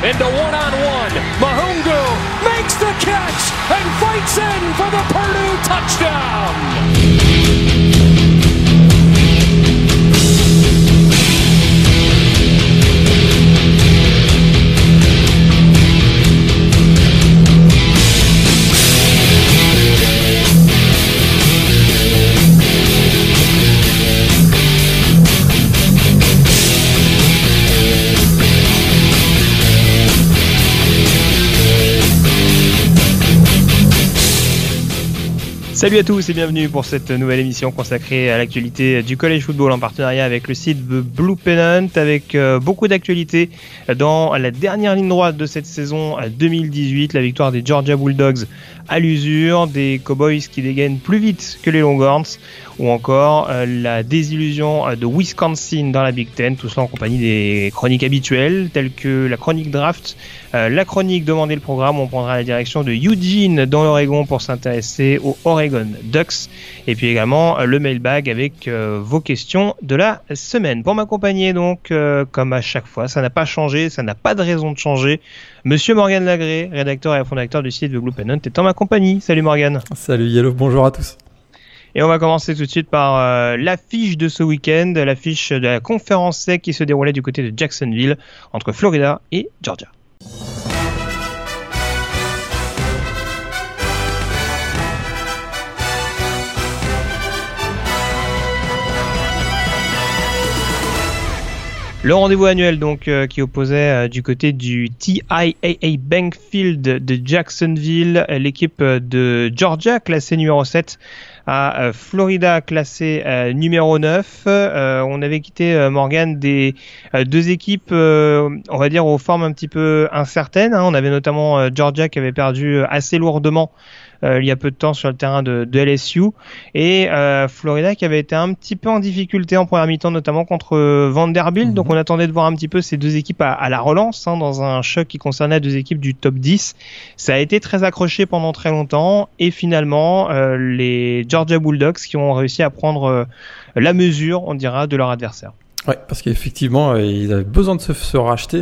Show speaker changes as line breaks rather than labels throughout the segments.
into one-on-one. Mahungu makes the catch and fights in for the Purdue touchdown.
Salut à tous et bienvenue pour cette nouvelle émission consacrée à l'actualité du college football en partenariat avec le site The Blue Pennant, avec beaucoup d'actualités dans la dernière ligne droite de cette saison 2018, la victoire des Georgia Bulldogs à l'usure, des Cowboys qui dégainent plus vite que les Longhorns, ou encore la désillusion de Wisconsin dans la Big Ten, tout cela en compagnie des chroniques habituelles telles que la chronique draft, la chronique demander le programme. On prendra la direction de Eugene dans l'Oregon pour s'intéresser aux Oregon Ducks, et puis également le mailbag avec vos questions de la semaine. Pour m'accompagner donc, comme à chaque fois, ça n'a pas changé, ça n'a pas de raison de changer, Monsieur Morgan Lagré, rédacteur et fondateur du site The Blue Pennant, est en ma compagnie. Salut Morgan.
Salut Yellow, bonjour à tous.
Et on va commencer tout de suite par l'affiche de ce week-end, l'affiche de la conférence SEC qui se déroulait du côté de Jacksonville entre Florida et Georgia. Le rendez-vous annuel donc qui opposait du côté du TIAA Bank Field de Jacksonville l'équipe de Georgia classée numéro 7 à Florida classée numéro 9. On avait quitté Morgan des deux équipes on va dire aux formes un petit peu incertaines. On avait notamment Georgia qui avait perdu assez lourdement il y a peu de temps sur le terrain de LSU, et Florida qui avait été un petit peu en difficulté en première mi-temps, notamment contre Vanderbilt. Donc on attendait de voir un petit peu ces deux équipes à la relance dans un choc qui concernait deux équipes du top 10. Ça a été très accroché pendant très longtemps, et finalement les Georgia Bulldogs qui ont réussi à prendre la mesure, on dira, de leur adversaire.
Ouais, parce qu'effectivement ils avaient besoin de se racheter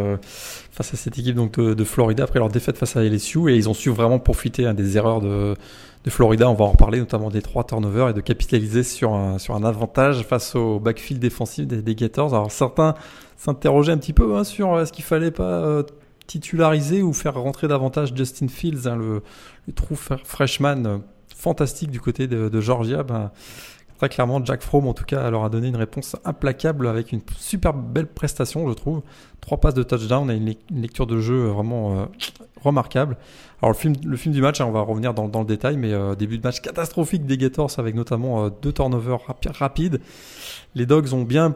face à cette équipe donc de Florida après leur défaite face à LSU, et ils ont su vraiment profiter des erreurs de Florida. On va en reparler, notamment des 3 turnovers, et de capitaliser sur un avantage face au backfield défensif des Gators. Alors certains s'interrogeaient un petit peu sur est-ce qu'il fallait pas titulariser ou faire rentrer davantage Justin Fields, le true freshman fantastique du côté de Georgia. Très clairement, Jack Fromm, en tout cas, leur a donné une réponse implacable avec une super belle prestation, je trouve. 3 passes de touchdown et une lecture de jeu vraiment remarquable. Alors, le film du match, on va revenir dans le détail, mais début de match catastrophique des Gators avec notamment 2 turnovers rapides. Les Dogs ont bien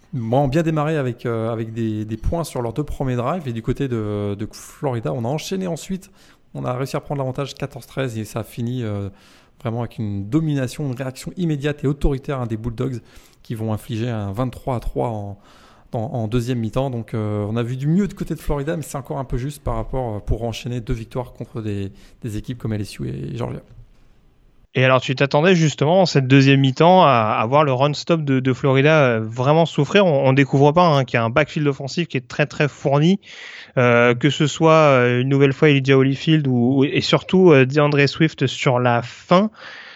démarré avec des points sur leurs 2 premiers drives, et du côté de Florida, on a enchaîné ensuite. On a réussi à prendre l'avantage 14-13 et ça a fini vraiment avec une domination, une réaction immédiate et autoritaire des Bulldogs qui vont infliger un 23-3 en deuxième mi-temps. Donc on a vu du mieux de côté de Florida, mais c'est encore un peu juste par rapport pour enchaîner 2 victoires contre des équipes comme LSU et Georgia.
Et alors tu t'attendais justement en cette deuxième mi-temps à voir le run-stop de Florida vraiment souffrir. On découvre pas qu'il y a un backfield offensif qui est très très fourni, que ce soit une nouvelle fois Elijah Holyfield et surtout DeAndre Swift sur la fin.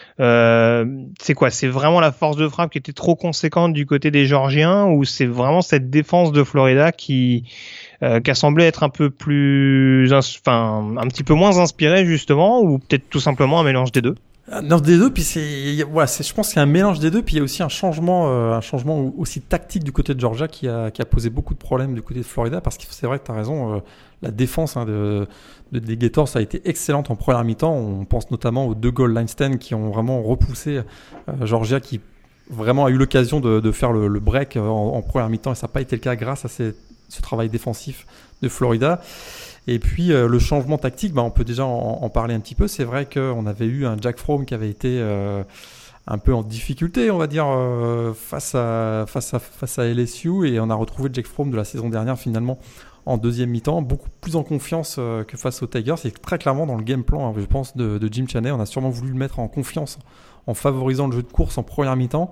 C'est quoi? C'est vraiment la force de frappe qui était trop conséquente du côté des Georgiens, ou c'est vraiment cette défense de Florida qui a semblé être un peu plus, un petit peu moins inspirée justement, ou peut-être tout simplement un mélange des deux?
Non, des deux, puis je pense qu'il y a un mélange des deux, puis il y a aussi un changement aussi tactique du côté de Georgia qui a posé beaucoup de problèmes du côté de Florida, parce que c'est vrai que tu as raison, la défense des Gators a été excellente en première mi-temps. On pense notamment aux 2 goal line stands qui ont vraiment repoussé Georgia, qui vraiment a eu l'occasion de faire le break en première mi-temps, et ça n'a pas été le cas grâce à ce travail défensif de Florida. Et puis le changement tactique, on peut déjà en parler un petit peu. C'est vrai qu'on avait eu un Jack Fromm qui avait été un peu en difficulté, on va dire, face à LSU, et on a retrouvé Jack Fromm de la saison dernière finalement en deuxième mi-temps, beaucoup plus en confiance que face aux Tigers. C'est très clairement dans le game plan, je pense, de Jim Chaney. On a sûrement voulu le mettre en confiance en favorisant le jeu de course en première mi-temps.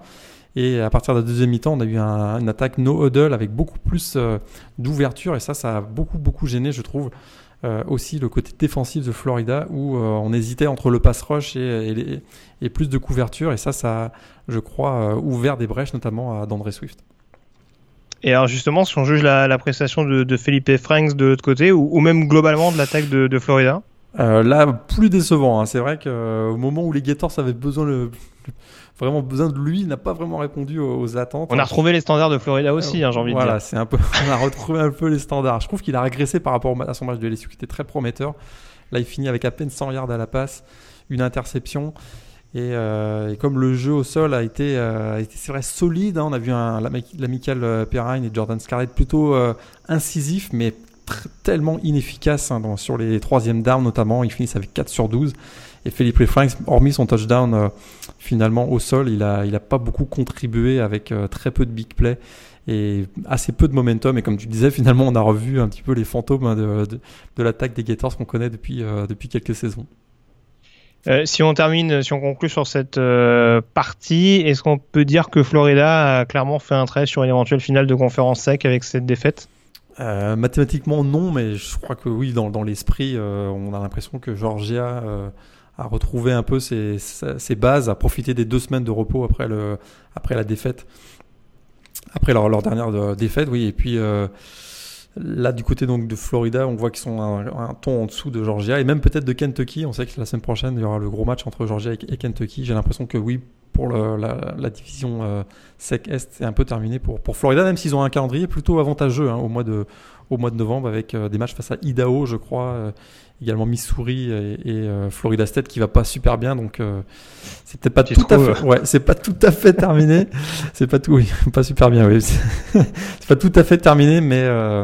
Et à partir de la deuxième mi-temps, on a eu une attaque no huddle avec beaucoup plus d'ouverture, et ça a beaucoup gêné, je trouve. Aussi le côté défensif de Florida où on hésitait entre le pass rush et plus de couverture, et ça je crois ouvert des brèches notamment à DeAndre Swift.
Et alors justement, si on juge la prestation de Felipe Franks de l'autre côté ou même globalement de l'attaque de Florida,
là plus décevant, hein. C'est vrai qu'au moment où les Gators avaient vraiment besoin de lui, il n'a pas vraiment répondu aux attentes.
On a retrouvé les standards de Florida aussi, j'ai envie de dire.
Voilà, on a retrouvé un peu les standards. Je trouve qu'il a régressé par rapport à son match de LSU qui était très prometteur. Là, il finit avec à peine 100 yards à la passe, une interception. Et comme le jeu au sol a été c'est vrai, solide, hein, on a vu l'amical Perrine et Jordan Scarlett plutôt incisif, mais tellement inefficace, hein, sur les troisièmes downs notamment. Ils finissent avec 4 sur 12. Et Felipe Franks, hormis son touchdown finalement au sol, il a pas beaucoup contribué avec très peu de big play et assez peu de momentum. Et comme tu disais, finalement, on a revu un petit peu les fantômes, hein, de l'attaque des Gators qu'on connaît depuis quelques saisons.
Si on conclut sur cette partie, est-ce qu'on peut dire que Florida a clairement fait un trait sur une éventuelle finale de conférence SEC avec cette défaite ?
Mathématiquement non, mais je crois que oui, dans l'esprit, on a l'impression que Georgia a retrouvé un peu ses bases, a profité des 2 semaines de repos après la défaite, après leur dernière défaite, oui. Et puis là, du côté donc de Florida, on voit qu'ils sont un ton en dessous de Georgia et même peut-être de Kentucky. On sait que la semaine prochaine, il y aura le gros match entre Georgia et Kentucky. J'ai l'impression que oui, pour la division SEC Est, c'est un peu terminé pour Florida, même s'ils ont un calendrier plutôt avantageux, hein, au mois de novembre, avec des matchs face à Idaho, je crois, également Missouri et Florida State qui va pas super bien, donc c'est peut-être pas c'est pas tout à fait terminé. C'est pas pas super bien, oui. C'est pas tout à fait terminé, mais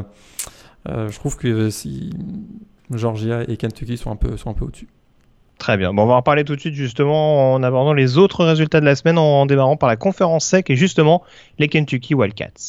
je trouve que si Georgia et Kentucky sont un peu au-dessus.
Très bien. Bon, on va en parler tout de suite justement en abordant les autres résultats de la semaine en démarrant par la conférence SEC et justement les Kentucky Wildcats.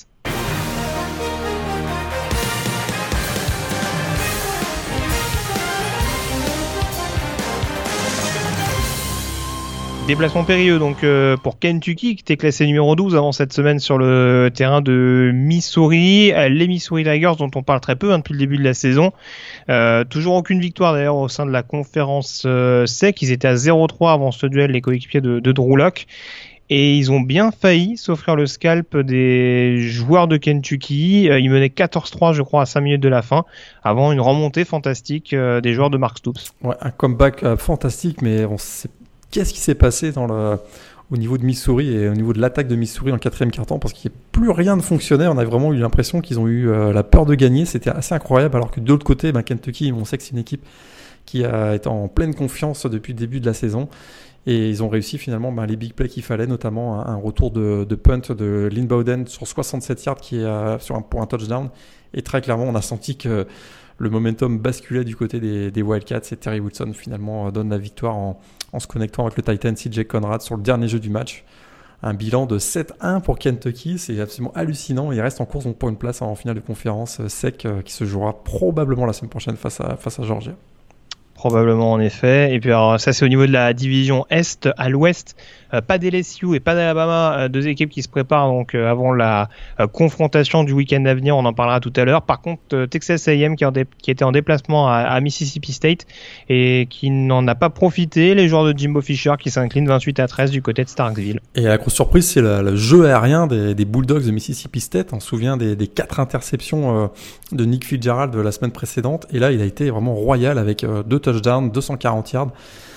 Déplacement périlleux donc pour Kentucky qui était classé numéro 12 avant cette semaine sur le terrain de Missouri. Les Missouri Tigers dont on parle très peu, hein, depuis le début de la saison. Toujours aucune victoire d'ailleurs au sein de la conférence SEC. Ils étaient à 0-3 avant ce duel, les coéquipiers de Drew Lock. Et ils ont bien failli s'offrir le scalp des joueurs de Kentucky. Ils menaient 14-3 je crois à 5 minutes de la fin avant une remontée fantastique des joueurs de Mark Stoops.
Ouais, un comeback fantastique, mais on sait qu'est-ce qui s'est passé au niveau de Missouri et au niveau de l'attaque de Missouri en 4e quart-temps, parce qu'il n'y a plus rien ne fonctionnait. On a vraiment eu l'impression qu'ils ont eu la peur de gagner. C'était assez incroyable, alors que de l'autre côté, Kentucky, on sait que c'est une équipe qui a été en pleine confiance depuis le début de la saison. Et ils ont réussi finalement les big plays qu'il fallait, notamment un retour de punt de Lynn Bowden sur 67 yards pour un touchdown. Et très clairement, on a senti que le momentum basculait du côté des Wildcats et Terry Woodson finalement donne la victoire en se connectant avec le Titan CJ Conrad sur le dernier jeu du match. Un bilan de 7-1 pour Kentucky, c'est absolument hallucinant. Il reste en course donc pour une place en finale de conférence SEC qui se jouera probablement la semaine prochaine face à Georgia.
Probablement en effet. Et puis alors ça c'est au niveau de la division Est. À l'Ouest, pas d'LSU et pas d'Alabama, 2 équipes qui se préparent donc avant la confrontation du week-end à venir, on en parlera tout à l'heure. Par contre Texas A&M qui était en déplacement à Mississippi State et qui n'en a pas profité, les joueurs de Jimbo Fisher qui s'inclinent 28-13 du côté de Starkville.
Et la grosse surprise, c'est le jeu aérien des Bulldogs de Mississippi State. On se souvient des 4 interceptions de Nick Fitzgerald de la semaine précédente, et là il a été vraiment royal avec 2 touchdowns, 240 yards.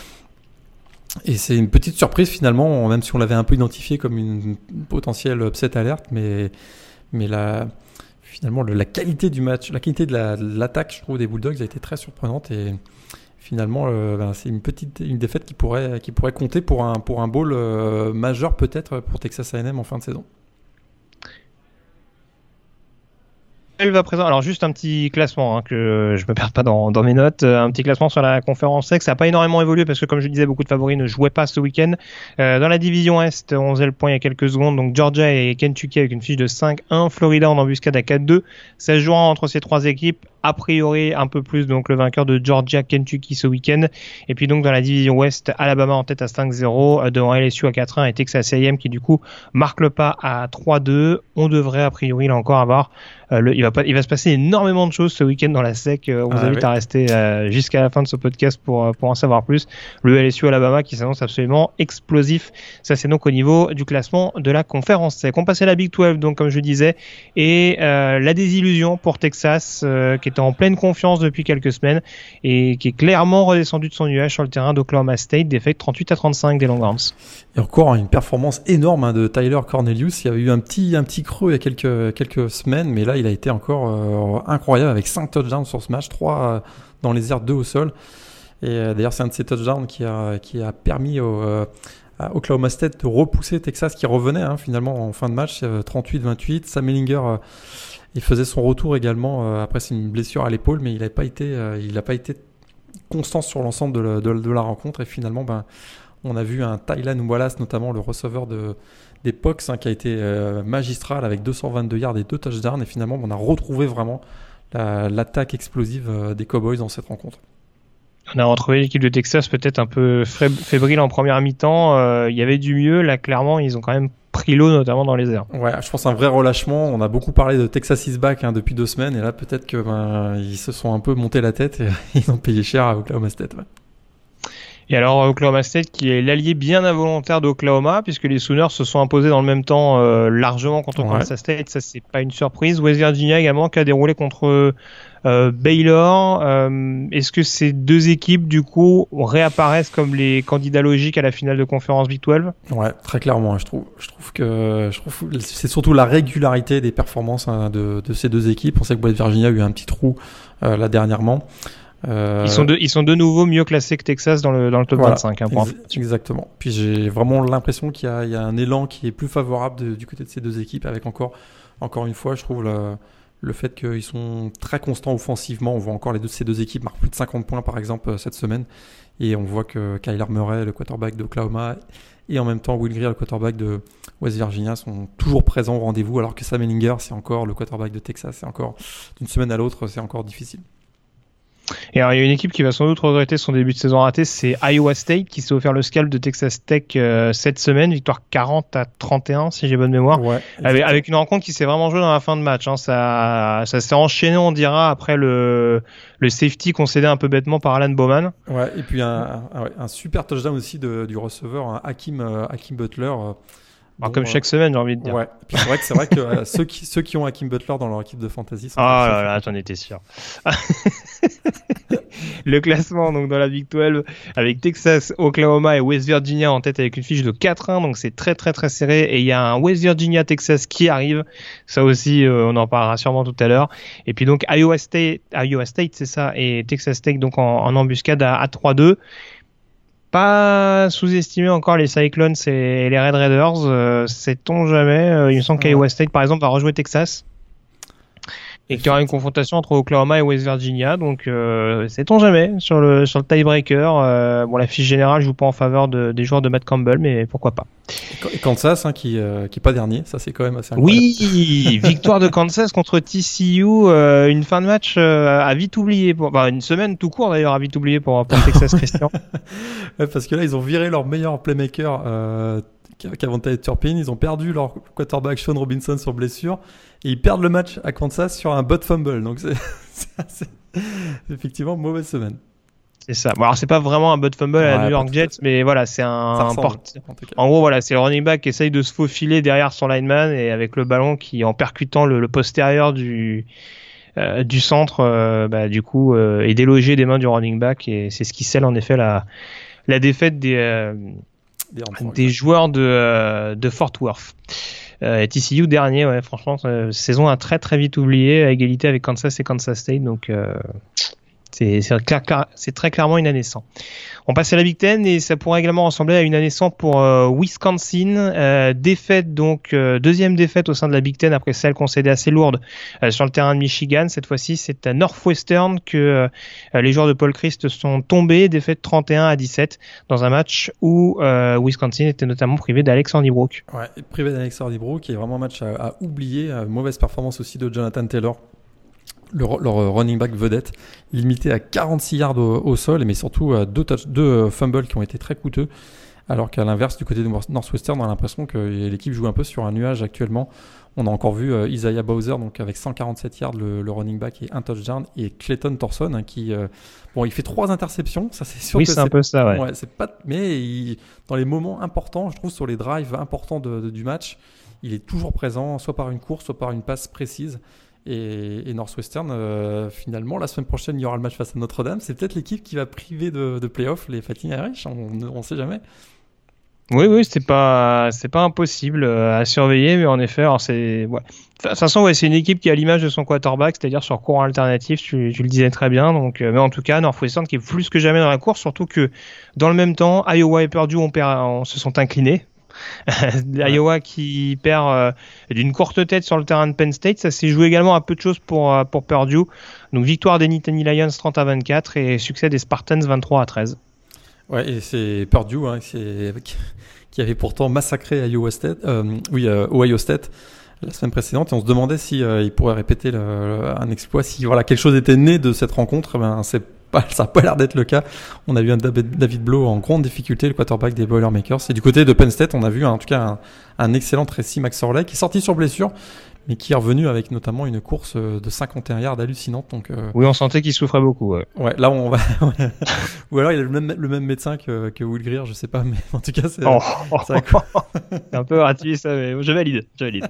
Et c'est une petite surprise finalement, même si on l'avait un peu identifié comme une potentielle upset alerte, mais finalement la qualité du match, la qualité de l'attaque, je trouve, des Bulldogs a été très surprenante, et finalement c'est une défaite qui pourrait compter pour un bowl majeur peut-être pour Texas A&M en fin de saison.
Elle va présenter. Alors juste un petit classement, que je me perds pas dans mes notes. Un petit classement sur la conférence SEC. Ça n'a pas énormément évolué parce que comme je disais, beaucoup de favoris ne jouaient pas ce week-end. Dans la division Est, on faisait le point il y a quelques secondes. Donc Georgia et Kentucky avec une fiche de 5-1. Florida en embuscade à 4-2. Ça se jouera entre ces 3 équipes. a priori un peu plus donc le vainqueur de Georgia Kentucky ce week-end. Et puis donc dans la division Ouest, Alabama en tête à 5-0 devant LSU à 4-1 et Texas A&M qui du coup marque le pas à 3-2. On devrait a priori là encore avoir il va se passer énormément de choses ce week-end dans la SEC. On vous invite à rester jusqu'à la fin de ce podcast pour en savoir plus. Le LSU Alabama qui s'annonce absolument explosif. Ça c'est donc au niveau du classement de la conférence SEC. On passe à la Big 12 donc comme je disais et la désillusion pour Texas qui était en pleine confiance depuis quelques semaines et qui est clairement redescendu de son nuage sur le terrain d'Oklahoma State, défaite 38-35 des Longhorns.
Et encore une performance énorme de Tyler Cornelius. Il y avait eu un petit creux il y a quelques semaines, mais là il a été encore incroyable avec 5 touchdowns sur ce match, 3 dans les airs, 2 au sol. Et d'ailleurs c'est un de ces touchdowns qui a permis à Oklahoma State de repousser Texas qui revenait finalement en fin de match, 38-28. Sam Ehlinger il faisait son retour également après c'est une blessure à l'épaule, mais il n'a pas été constant sur l'ensemble de la rencontre. Et finalement on a vu un Tylan Wallace, notamment le receveur des Pucks, qui a été magistral avec 222 yards et 2 touchdowns. Et finalement, on a retrouvé vraiment l'attaque explosive des Cowboys dans cette rencontre.
On a retrouvé l'équipe de Texas peut-être un peu fébrile en première mi-temps. Il y avait du mieux. Là, clairement, ils ont quand même pris l'eau, notamment dans les airs.
Ouais, je pense un vrai relâchement. On a beaucoup parlé de Texas is back depuis 2 semaines. Et là, peut-être que ils se sont un peu monté la tête et ils ont payé cher à Oklahoma State. Ouais.
Et alors Oklahoma State qui est l'allié bien involontaire d'Oklahoma puisque les Sooners se sont imposés dans le même temps largement contre Kansas State, ça c'est pas une surprise. West Virginia également qui a déroulé contre Baylor. Est-ce que ces deux équipes du coup réapparaissent comme les candidats logiques à la finale de conférence Big 12 ?
Ouais, très clairement. Je trouve que c'est surtout la régularité des performances de ces deux équipes. On sait que West Virginia a eu un petit trou là dernièrement.
Ils sont de nouveau mieux classés que Texas dans le top 25.
Exactement. Puis j'ai vraiment l'impression qu'il y a un élan qui est plus favorable du côté de ces deux équipes, avec encore une fois, je trouve le fait qu'ils sont très constants offensivement. On voit encore ces deux équipes marquent plus de 50 points par exemple cette semaine, et on voit que Kyler Murray, le quarterback d'Oklahoma, et en même temps Will Grier, le quarterback de West Virginia, sont toujours présents au rendez-vous, alors que Sam Ehlinger, c'est encore le quarterback de Texas, c'est encore d'une semaine à l'autre, c'est encore difficile.
Et alors, il y a une équipe qui va sans doute regretter son début de saison raté, c'est Iowa State qui s'est offert le scalp de Texas Tech cette semaine, victoire 40-31 si j'ai bonne mémoire, avec une rencontre qui s'est vraiment jouée dans la fin de match. Ça s'est enchaîné, on dira, après le safety concédé un peu bêtement par Alan Bowman.
Ouais, et puis un super touchdown aussi du receveur Hakeem Butler.
Comme chaque semaine, j'ai envie de dire.
Ouais. Puis c'est vrai que ceux qui ont Hakeem Butler dans leur équipe de fantasy sont
là, j'en étais sûr. Le classement donc dans la Big 12 avec Texas, Oklahoma et West Virginia en tête avec une fiche de 4-1, donc c'est très très très serré, et il y a un West Virginia Texas qui arrive, ça aussi on en parlera sûrement tout à l'heure, et puis donc Iowa State c'est ça, et Texas Tech donc en embuscade à 3-2. Pas sous-estimer encore les Cyclones et les Red Raiders, sait-on jamais. Il me semble qu'Iowa State par exemple va rejouer Texas et qu'il y aura une confrontation entre Oklahoma et West Virginia, donc sait-on jamais sur le tiebreaker. La fiche générale joue pas en faveur des joueurs de Matt Campbell, mais pourquoi pas.
Et Kansas qui est pas dernier, ça c'est quand même assez incroyable.
Oui, victoire de Kansas contre TCU, une fin de match à vite oublier, une semaine tout court d'ailleurs à vite oublier pour Texas Christian.
Ouais, parce que là ils ont viré leur meilleur playmaker Kavontae Turpin, ils ont perdu leur quarterback Sean Robinson sur blessure, et ils perdent le match à Kansas sur un butt fumble, donc c'est effectivement une mauvaise semaine.
C'est ça. Bon, alors c'est pas vraiment un butt fumble à la New York Jets, mais voilà, c'est en gros, voilà, c'est le running back qui essaye de se faufiler derrière son lineman et avec le ballon qui, en percutant le postérieur du centre, du coup, est délogé des mains du running back, et c'est ce qui scelle en effet la défaite des joueurs de Fort Worth. TCU dernier, ouais, franchement, saison a très très vite oublié, à égalité avec Kansas et Kansas State, donc c'est très clairement une année sans. On passe à la Big Ten, et ça pourrait également ressembler à une année sans pour Wisconsin. Défaite donc, deuxième défaite au sein de la Big Ten après celle concédée assez lourde sur le terrain de Michigan. Cette fois-ci, c'est à Northwestern que les joueurs de Paul Chryst sont tombés. Défaite 31-17 dans un match où Wisconsin était notamment privé d'Alex Hornibrook.
Ouais, privé d'Alex Hornibrook, qui est vraiment un match à oublier. Mauvaise performance aussi de Jonathan Taylor, leur running back vedette, limité à 46 yards au sol, mais surtout à deux fumbles qui ont été très coûteux. Alors qu'à l'inverse, du côté de Northwestern, on a l'impression que l'équipe joue un peu sur un nuage actuellement. On a encore vu Isaiah Bowser, donc avec 147 yards le running back et un touchdown, et Clayton Thorson qui il fait 3 interceptions, ça c'est sûr.
Oui,
que
c'est un peu ça, ouais.
Ouais, c'est pas, mais dans les moments importants, je trouve sur les drives importants du match, il est toujours présent, soit par une course, soit par une passe précise. Et Northwestern, finalement, la semaine prochaine, il y aura le match face à Notre-Dame. C'est peut-être l'équipe qui va priver de playoff les Fighting Irish. On ne sait jamais.
Oui, c'est pas impossible à surveiller, mais en effet, alors de toute façon, c'est une équipe qui a l'image de son quarterback, c'est-à-dire sur courant alternatif, tu le disais très bien. Donc, mais en tout cas, Northwestern qui est plus que jamais dans la course, surtout que dans le même temps, Iowa et Purdue se sont inclinés. Iowa qui perd d'une courte tête sur le terrain de Penn State, ça s'est joué également à peu de choses pour Purdue. Donc victoire des Nittany Lions 30-24 et succès des Spartans 23-13.
Ouais, et c'est Purdue qui avait pourtant massacré Ohio State la semaine précédente, et on se demandait si il pourrait répéter un exploit, si quelque chose était né de cette rencontre. Ça n'a pas l'air d'être le cas. On a vu un David Blow en grande difficulté, le quarterback des Boilermakers. Et du côté de Penn State, on a vu en tout cas un excellent Tracy McSorley qui est sorti sur blessure, mais qui est revenu avec notamment une course de 51 yards hallucinante. Donc,
oui, on sentait qu'il souffrait beaucoup.
Ouais, là on va. Ou alors il a le même médecin que Will Greer, je sais pas, mais en tout cas c'est.
C'est un peu gratuit ça, mais je valide.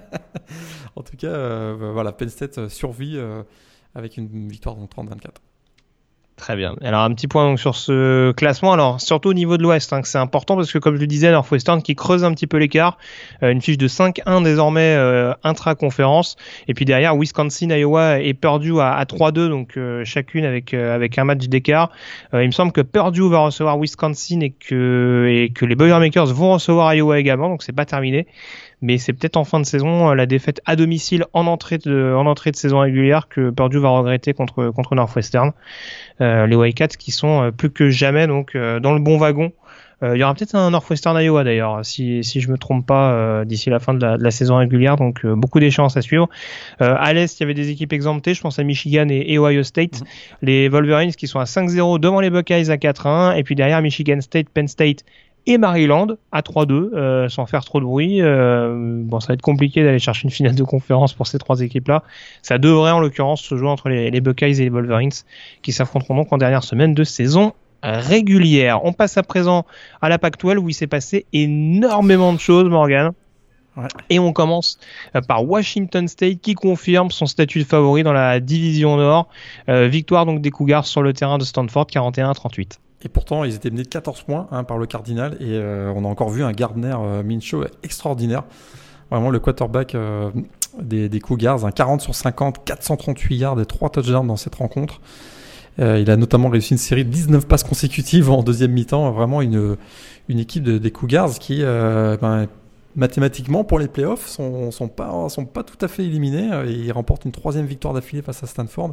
En tout cas, Penn State survit avec une victoire de 30-24.
Très bien. Alors un petit point donc sur ce classement. Alors surtout au niveau de l'Ouest, que c'est important parce que comme je le disais, Northwestern qui creuse un petit peu l'écart, une fiche de 5-1 désormais intra-conférence. Et puis derrière Wisconsin, Iowa et Purdue à 3-2, donc chacune avec un match d'écart. Il me semble que Purdue va recevoir Wisconsin et que les Boilermakers vont recevoir Iowa également, donc c'est pas terminé. Mais c'est peut-être en fin de saison la défaite à domicile en entrée de saison régulière que Purdue va regretter contre Northwestern. Les Wildcats qui sont plus que jamais donc dans le bon wagon. Il y aura peut-être un Northwestern Iowa d'ailleurs, si je me trompe pas, d'ici la fin de la saison régulière. Donc beaucoup d'échéances à suivre. À l'Est, il y avait des équipes exemptées. Je pense à Michigan et Ohio State. Les Wolverines qui sont à 5-0 devant les Buckeyes à 4-1. Et puis derrière Michigan State, Penn State et Maryland à 3-2, sans faire trop de bruit. Ça va être compliqué d'aller chercher une finale de conférence pour ces 3 équipes-là. Ça devrait en l'occurrence se jouer entre les Buckeyes et les Wolverines qui s'affronteront donc en dernière semaine de saison régulière. On passe à présent à la Pac-12 où il s'est passé énormément de choses, Morgan. Ouais. Et on commence par Washington State qui confirme son statut de favori dans la division Nord. Victoire donc des Cougars sur le terrain de Stanford 41-38.
Et pourtant, ils étaient menés de 14 points par le Cardinal. Et on a encore vu un Gardner Minshew extraordinaire. Vraiment le quarterback des Cougars. 40 sur 50, 438 yards et 3 touchdowns dans cette rencontre. Il a notamment réussi une série de 19 passes consécutives en deuxième mi-temps. Vraiment une équipe des Cougars qui, mathématiquement, pour les playoffs, sont pas tout à fait éliminés. Et ils remportent une 3e victoire d'affilée face à Stanford.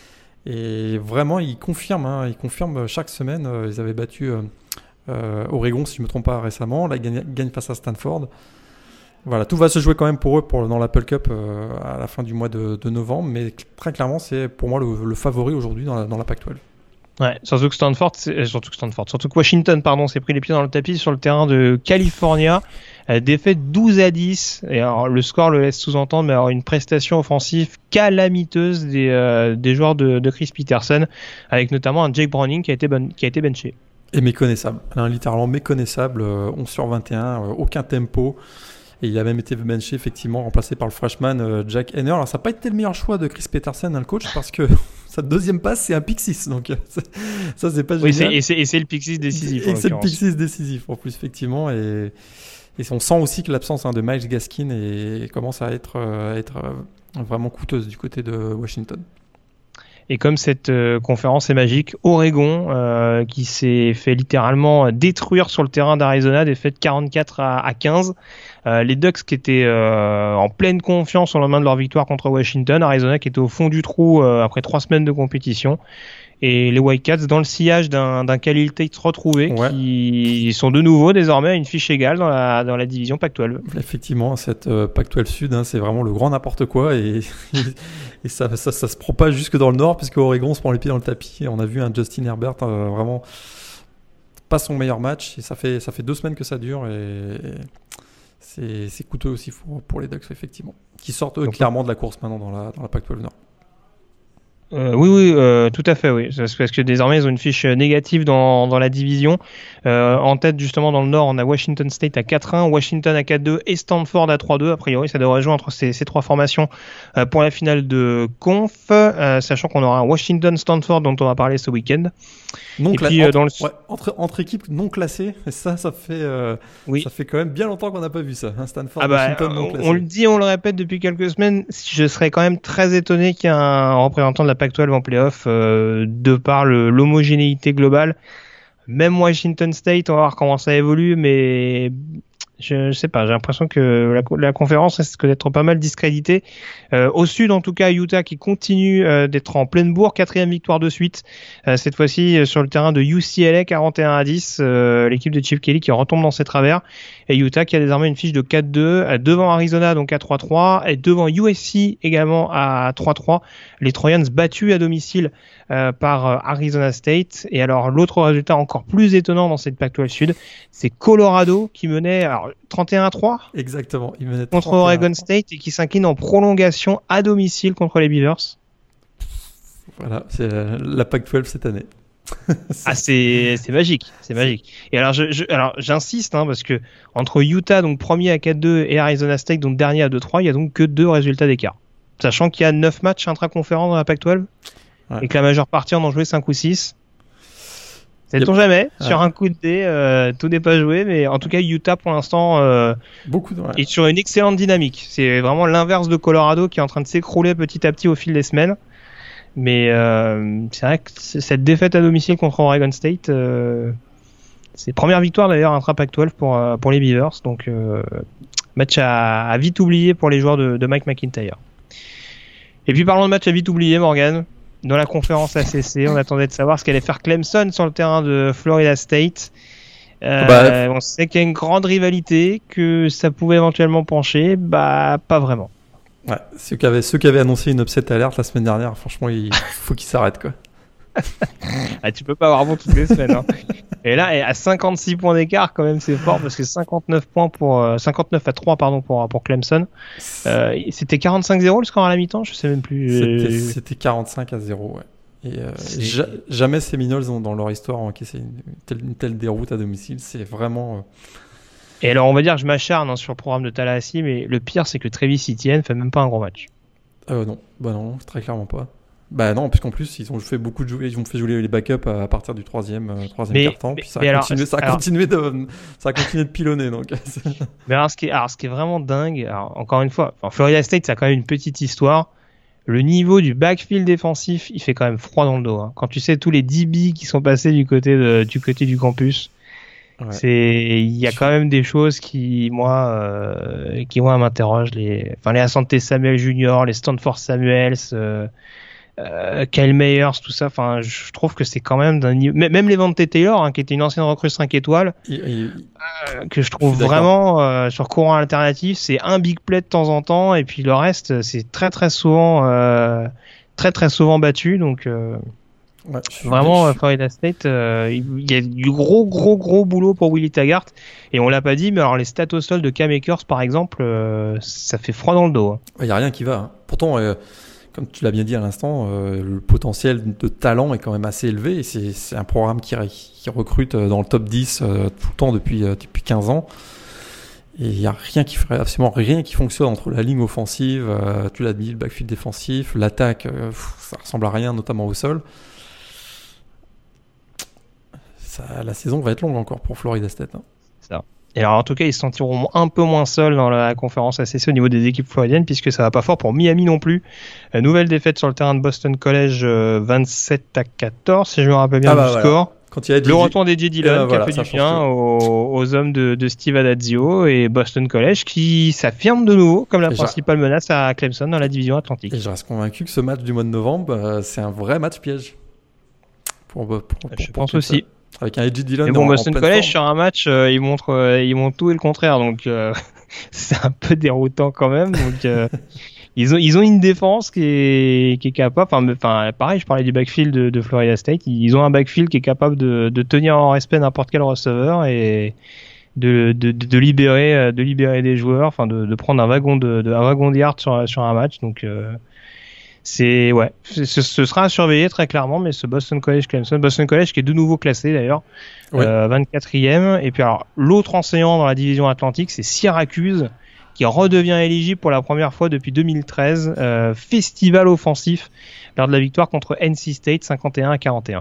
Et vraiment, ils confirment chaque semaine. Ils avaient battu Oregon, si je ne me trompe pas, récemment. Là, ils gagnent face à Stanford. Voilà, tout va se jouer quand même pour eux dans l'Apple Cup à la fin du mois de novembre. Mais très clairement, c'est pour moi le favori aujourd'hui dans la Pac-12.
Ouais, surtout que Washington, s'est pris les pieds dans le tapis sur le terrain de California. Défaite 12-10. Et alors, le score le laisse sous-entendre, mais alors une prestation offensive calamiteuse des joueurs de Chris Peterson, avec notamment un Jake Browning qui a été benché.
Et méconnaissable, littéralement méconnaissable. 11 sur 21, aucun tempo. Et il a même été benché, effectivement, remplacé par le freshman Jack Henner. Alors, ça n'a pas été le meilleur choix de Chris Peterson, le coach, parce que sa deuxième passe, c'est un pick 6. Donc, ça, c'est pas génial.
Oui, et c'est le pick 6 décisif.
Et c'est le pick 6 décisif, en plus, effectivement. Et on sent aussi que l'absence de Myles Gaskin commence à être vraiment coûteuse du côté de Washington.
Et comme cette conférence est magique, Oregon qui s'est fait littéralement détruire sur le terrain d'Arizona, défaite 44-15. Les Ducks qui étaient en pleine confiance au lendemain de leur victoire contre Washington, Arizona qui était au fond du trou après 3 semaines de compétition. Et les Whitecaps dans le sillage d'un Khalil Tate retrouvé,
Ouais.
qui sont de nouveau désormais à une fiche égale dans la division Pac-12.
Effectivement, cette Pac-12 Sud, hein, c'est vraiment le grand n'importe quoi et, et ça se propage jusque dans le nord puisque Oregon se prend les pieds dans le tapis et on a vu un Justin Herbert vraiment pas son meilleur match et ça fait 2 semaines que ça dure et c'est coûteux aussi pour les Ducks effectivement qui sortent clairement de la course maintenant dans la Pac-12 Nord.
Oui, tout à fait, oui. C'est parce que désormais, ils ont une fiche négative dans la division. En tête, justement, dans le Nord, on a Washington State à 4-1, Washington à 4-2 et Stanford à 3-2. A priori, ça devrait jouer entre ces 3 formations pour la finale de conf, sachant qu'on aura un Washington-Stanford dont on va parler ce week-end.
Entre équipes non classées, et ça fait ça fait quand même bien longtemps qu'on n'a pas vu ça. Hein, Stanford, Washington non classé.
On le dit, on le répète depuis quelques semaines. Je serais quand même très étonné qu'il y ait un représentant de la Pac-12 en playoff de par l'homogénéité globale. Même Washington State, on va voir comment ça évolue, mais je sais pas, j'ai l'impression que la conférence risque d'être pas mal discréditée. Au sud, en tout cas, Utah qui continue d'être en pleine bourre, 4e victoire de suite, cette fois-ci sur le terrain de UCLA, 41-10, l'équipe de Chip Kelly qui retombe dans ses travers, et Utah qui a désormais une fiche de 4-2, devant Arizona donc à 3-3, et devant USC également à 3-3, les Trojans battus à domicile par Arizona State. Et alors l'autre résultat encore plus étonnant dans cette Pac-12 Sud, c'est Colorado qui menait 31-3
exactement, il menait
contre Oregon State et qui s'incline en prolongation à domicile contre les Beavers.
Voilà, c'est la Pac-12 cette année.
C'est magique, c'est magique. Et alors j'insiste parce que entre Utah donc premier à 4-2 et Arizona State donc dernier à 2-3, il y a donc que 2 résultats d'écart. Sachant qu'il y a 9 matchs intra-conférence dans la Pac-12 et que la majeure partie en ont joué 5 ou 6. Sait-on jamais, sur un coup de dé, tout n'est pas joué, mais en tout cas Utah pour l'instant est sur une excellente dynamique. C'est vraiment l'inverse de Colorado qui est en train de s'écrouler petit à petit au fil des semaines. Mais c'est vrai que cette défaite à domicile contre Oregon State, c'est première victoire d'ailleurs intra-Pac-12 pour les Beavers, donc match à vite oublier pour les joueurs de Mike McIntyre. Et puis parlons de match à vite oublier, Morgan. Dans la conférence ACC, on attendait de savoir ce qu'allait faire Clemson sur le terrain de Florida State. On sait qu'il y a une grande rivalité, que ça pouvait éventuellement pencher, pas vraiment.
Ouais, ceux qui avaient annoncé une upset alerte la semaine dernière, franchement, il faut qu'ils s'arrêtent quoi.
Tu peux pas avoir bon toutes les semaines. Hein. Et là, à 56 points d'écart, quand même, c'est fort parce que 59 à 3 pour Clemson. C'était 45-0 le score à la mi-temps, je sais même plus.
C'était 45-0, ouais. Et jamais Seminoles ont dans leur histoire encaissé une telle déroute à domicile. C'est vraiment.
Et alors, on va dire que je m'acharne sur le programme de Tallahassee, mais le pire, c'est que Travis Etienne fait même pas un gros match.
Non, très clairement pas. Non, puisqu'en plus, ils ont fait jouer les backups à partir du troisième quart-temps, puis ça a continué de pilonner. Donc.
Mais alors, ce qui est vraiment dingue, encore une fois, Florida State, ça a quand même une petite histoire. Le niveau du backfield défensif, il fait quand même froid dans le dos. Hein. Quand tu sais tous les DB qui sont passés du côté du campus, il y a quand même des choses qui m'interrogent. Les Asante Samuel Jr., les Stanford Samuels, Kyle Mayers, tout ça. Enfin, je trouve que c'est quand même d'un niveau. Même Levante Taylor, qui était une ancienne recrue 5 étoiles, que je trouve vraiment sur courant alternatif, c'est un big play de temps en temps, et puis le reste, c'est très très souvent battu. Donc vraiment, Florida State, il y a du gros boulot pour Willie Taggart, et on l'a pas dit, mais alors les stats au sol de Cam Akers par exemple, ça fait froid dans le dos.
Il y a rien qui va. Hein. Pourtant. Comme tu l'as bien dit à l'instant, le potentiel de talent est quand même assez élevé. Et c'est un programme qui recrute dans le top 10 tout le temps depuis 15 ans. Et il n'y a absolument rien qui fonctionne entre la ligne offensive, tu l'as dit, le backfield défensif, l'attaque, ça ressemble à rien, notamment au sol. La saison va être longue encore pour Florida State. Hein.
C'est ça. Et alors en tout cas, ils se sentiront un peu moins seuls dans la conférence ACC au niveau des équipes floridiennes, puisque ça va pas fort pour Miami non plus. Nouvelle défaite sur le terrain de Boston College, 27-14, si je me rappelle bien du score.
Quand il y a
le retour des J. Dillon qui a fait du bien aux hommes de Steve Adazio, et Boston College qui s'affirme de nouveau comme la principale menace à Clemson dans la division Atlantique.
Et je reste convaincu que ce match du mois de novembre, c'est un vrai match piège.
Je pense aussi.
Avec un Edgy Dillon.
Mais bon, Boston College sur un match, il montre tout et le contraire, donc c'est un peu déroutant quand même. Donc ils ont une défense qui est capable. Enfin, pareil, je parlais du backfield de Florida State. Ils ont un backfield qui est capable de tenir en respect n'importe quel receveur et de libérer des joueurs, enfin de prendre un wagon de yards sur un match. Donc ce sera à surveiller très clairement, mais ce Boston College Clemson qui est de nouveau classé d'ailleurs, 24e. Et puis alors l'autre enseignant dans la division Atlantique, c'est Syracuse, qui redevient éligible pour la première fois depuis 2013, festival offensif lors de la victoire contre NC State 51-41.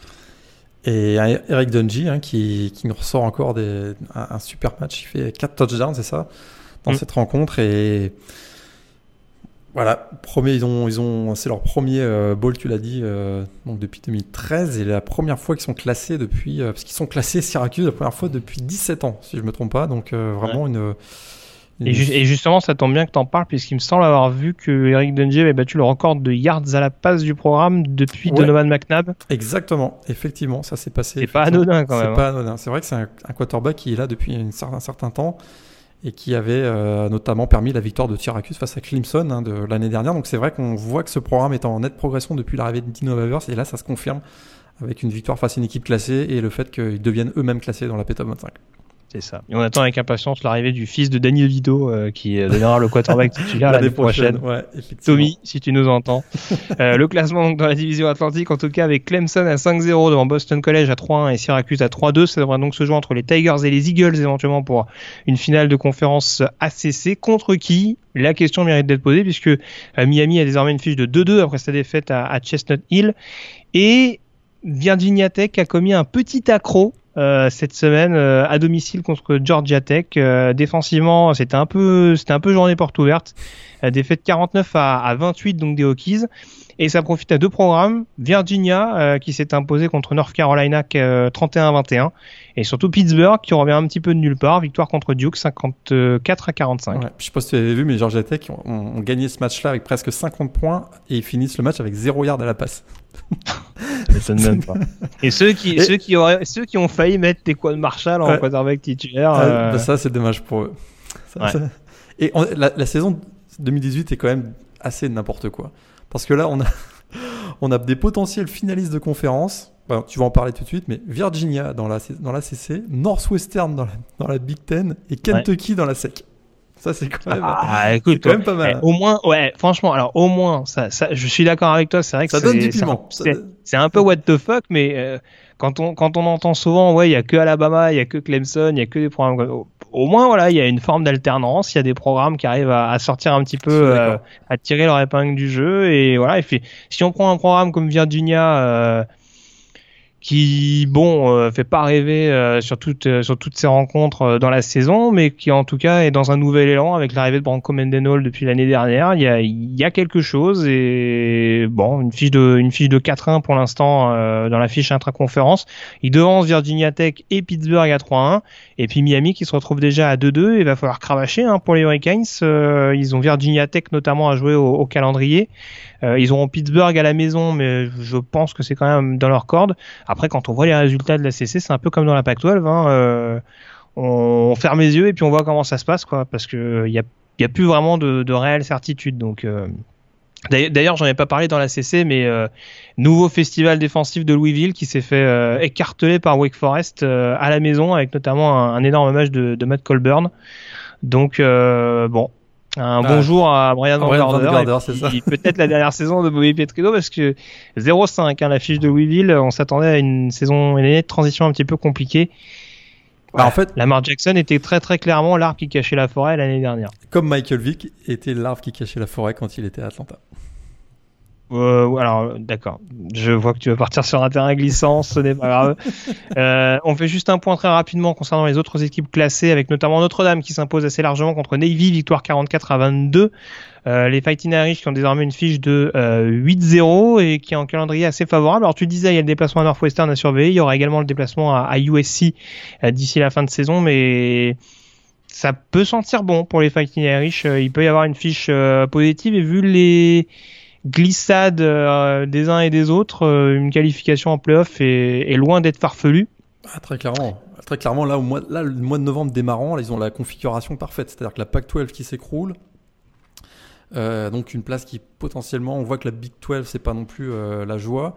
Et Eric Dungey qui nous ressort encore un super match. Il fait 4 touchdowns, c'est ça, dans cette rencontre. Et voilà, c'est leur premier bowl, tu l'as dit, donc depuis 2013. Et la première fois qu'ils sont classés parce qu'ils sont classés Syracuse la première fois depuis 17 ans, si je ne me trompe pas. Donc vraiment
Et justement, ça tombe bien que tu en parles, puisqu'il me semble avoir vu que Eric Dungey avait battu le record de yards à la passe du programme depuis Donovan McNabb.
Exactement, effectivement, ça s'est passé.
C'est pas anodin quand même.
C'est pas anodin. C'est vrai que c'est un quarterback qui est là depuis un certain temps et qui avait notamment permis la victoire de Syracuse face à Clemson de l'année dernière. Donc c'est vrai qu'on voit que ce programme est en nette progression depuis l'arrivée de Dino Babers, et là ça se confirme avec une victoire face à une équipe classée et le fait qu'ils deviennent eux-mêmes classés dans la P-Top 25.
C'est ça. Et on attend avec impatience l'arrivée du fils de Daniel Vito qui deviendra le quarterback titulaire l'année prochaine.
Ouais,
Tommy, si tu nous entends. Le classement donc, dans la division Atlantique, en tout cas avec Clemson à 5-0 devant Boston College à 3-1 et Syracuse à 3-2. Ça devrait donc se jouer entre les Tigers et les Eagles éventuellement pour une finale de conférence ACC. Contre qui? La question mérite d'être posée puisque Miami a désormais une fiche de 2-2 après sa défaite à Chestnut Hill. Et Virginia Tech a commis un petit accroc cette semaine à domicile contre Georgia Tech. Défensivement, c'était un peu journée porte ouverte. Défaite 49-28 donc des Hokies. Et ça profite à deux programmes. Virginia qui s'est imposé contre North Carolina 31-21. Et surtout Pittsburgh qui revient un petit peu de nulle part. Victoire contre Duke 54-45.
Ouais, je sais pas si tu avais vu, mais Georgia Tech ont gagné ce match-là avec presque 50 points et ils finissent le match avec 0 yard à la passe.
Ça ne donne pas. Et ceux qui ont failli mettre des quads Marshall en quarterback titulaire.
Ça, c'est dommage pour eux. Et la saison 2018 est quand même assez n'importe quoi. Parce que là, on a des potentiels finalistes de conférence. Bon, tu vas en parler tout de suite, mais Virginia dans la CC, Northwestern dans la Big Ten et Kentucky dans la SEC. Ça, c'est quand même,
écoute,
quand même pas mal.
Au moins, franchement, alors au moins, ça, je suis d'accord avec toi, c'est vrai que
ça donne du piment.
C'est un peu what the fuck, mais quand on entend souvent, il y a que Alabama, il y a que Clemson, il y a que des programmes. Au moins, voilà, il y a une forme d'alternance, il y a des programmes qui arrivent à sortir un petit peu, à tirer leur épingle du jeu, et voilà. Et puis, si on prend un programme comme Virginia, qui fait pas rêver sur toutes ces rencontres dans la saison, mais qui en tout cas est dans un nouvel élan avec l'arrivée de Bronco Mendenhall depuis l'année dernière. Il y a quelque chose, et bon, une fiche de 4-1 pour l'instant dans la fiche intra-conférence. Il devance Virginia Tech et Pittsburgh à 3-1, et puis Miami qui se retrouve déjà à 2-2. Il va falloir cravacher pour les Hurricanes. Ils ont Virginia Tech notamment à jouer au calendrier. Ils auront Pittsburgh à la maison, mais je pense que c'est quand même dans leur corde. Après, quand on voit les résultats de la CC, c'est un peu comme dans la Pac-12. On ferme les yeux et puis on voit comment ça se passe, quoi, parce que il y a plus vraiment de réelle certitude. Donc, d'ailleurs, j'en ai pas parlé dans la CC, mais nouveau festival défensif de Louisville qui s'est fait écarteler par Wake Forest à la maison, avec notamment un énorme match de Matt Colburn. Donc, bonjour à Brian Van Gorder,
c'est ça.
Peut-être la dernière saison de Bobby Petrino, parce que 0-5, la fiche de Louisville, on s'attendait à une année de transition un petit peu compliquée. En fait, Lamar Jackson était très très clairement l'arbre qui cachait la forêt l'année dernière.
Comme Michael Vick était l'arbre qui cachait la forêt quand il était à Atlanta.
Alors, d'accord. Je vois que tu vas partir sur un terrain glissant, ce n'est pas grave. On fait juste un point très rapidement concernant les autres équipes classées, avec notamment Notre-Dame qui s'impose assez largement contre Navy, victoire 44-22. Les Fighting Irish qui ont désormais une fiche de 8-0 et qui est en calendrier assez favorable. Alors tu disais, il y a le déplacement à Northwestern à surveiller, il y aura également le déplacement à USC d'ici la fin de saison, mais ça peut sentir bon pour les Fighting Irish. Il peut y avoir une fiche positive, et vu les glissade des uns et des autres, une qualification en play-off est loin d'être farfelue.
Ah, très clairement. Très clairement, le mois de novembre démarrant, là, ils ont la configuration parfaite. C'est-à-dire que la Pac-12 qui s'écroule, donc une place qui potentiellement, on voit que la Big 12, c'est pas non plus la joie.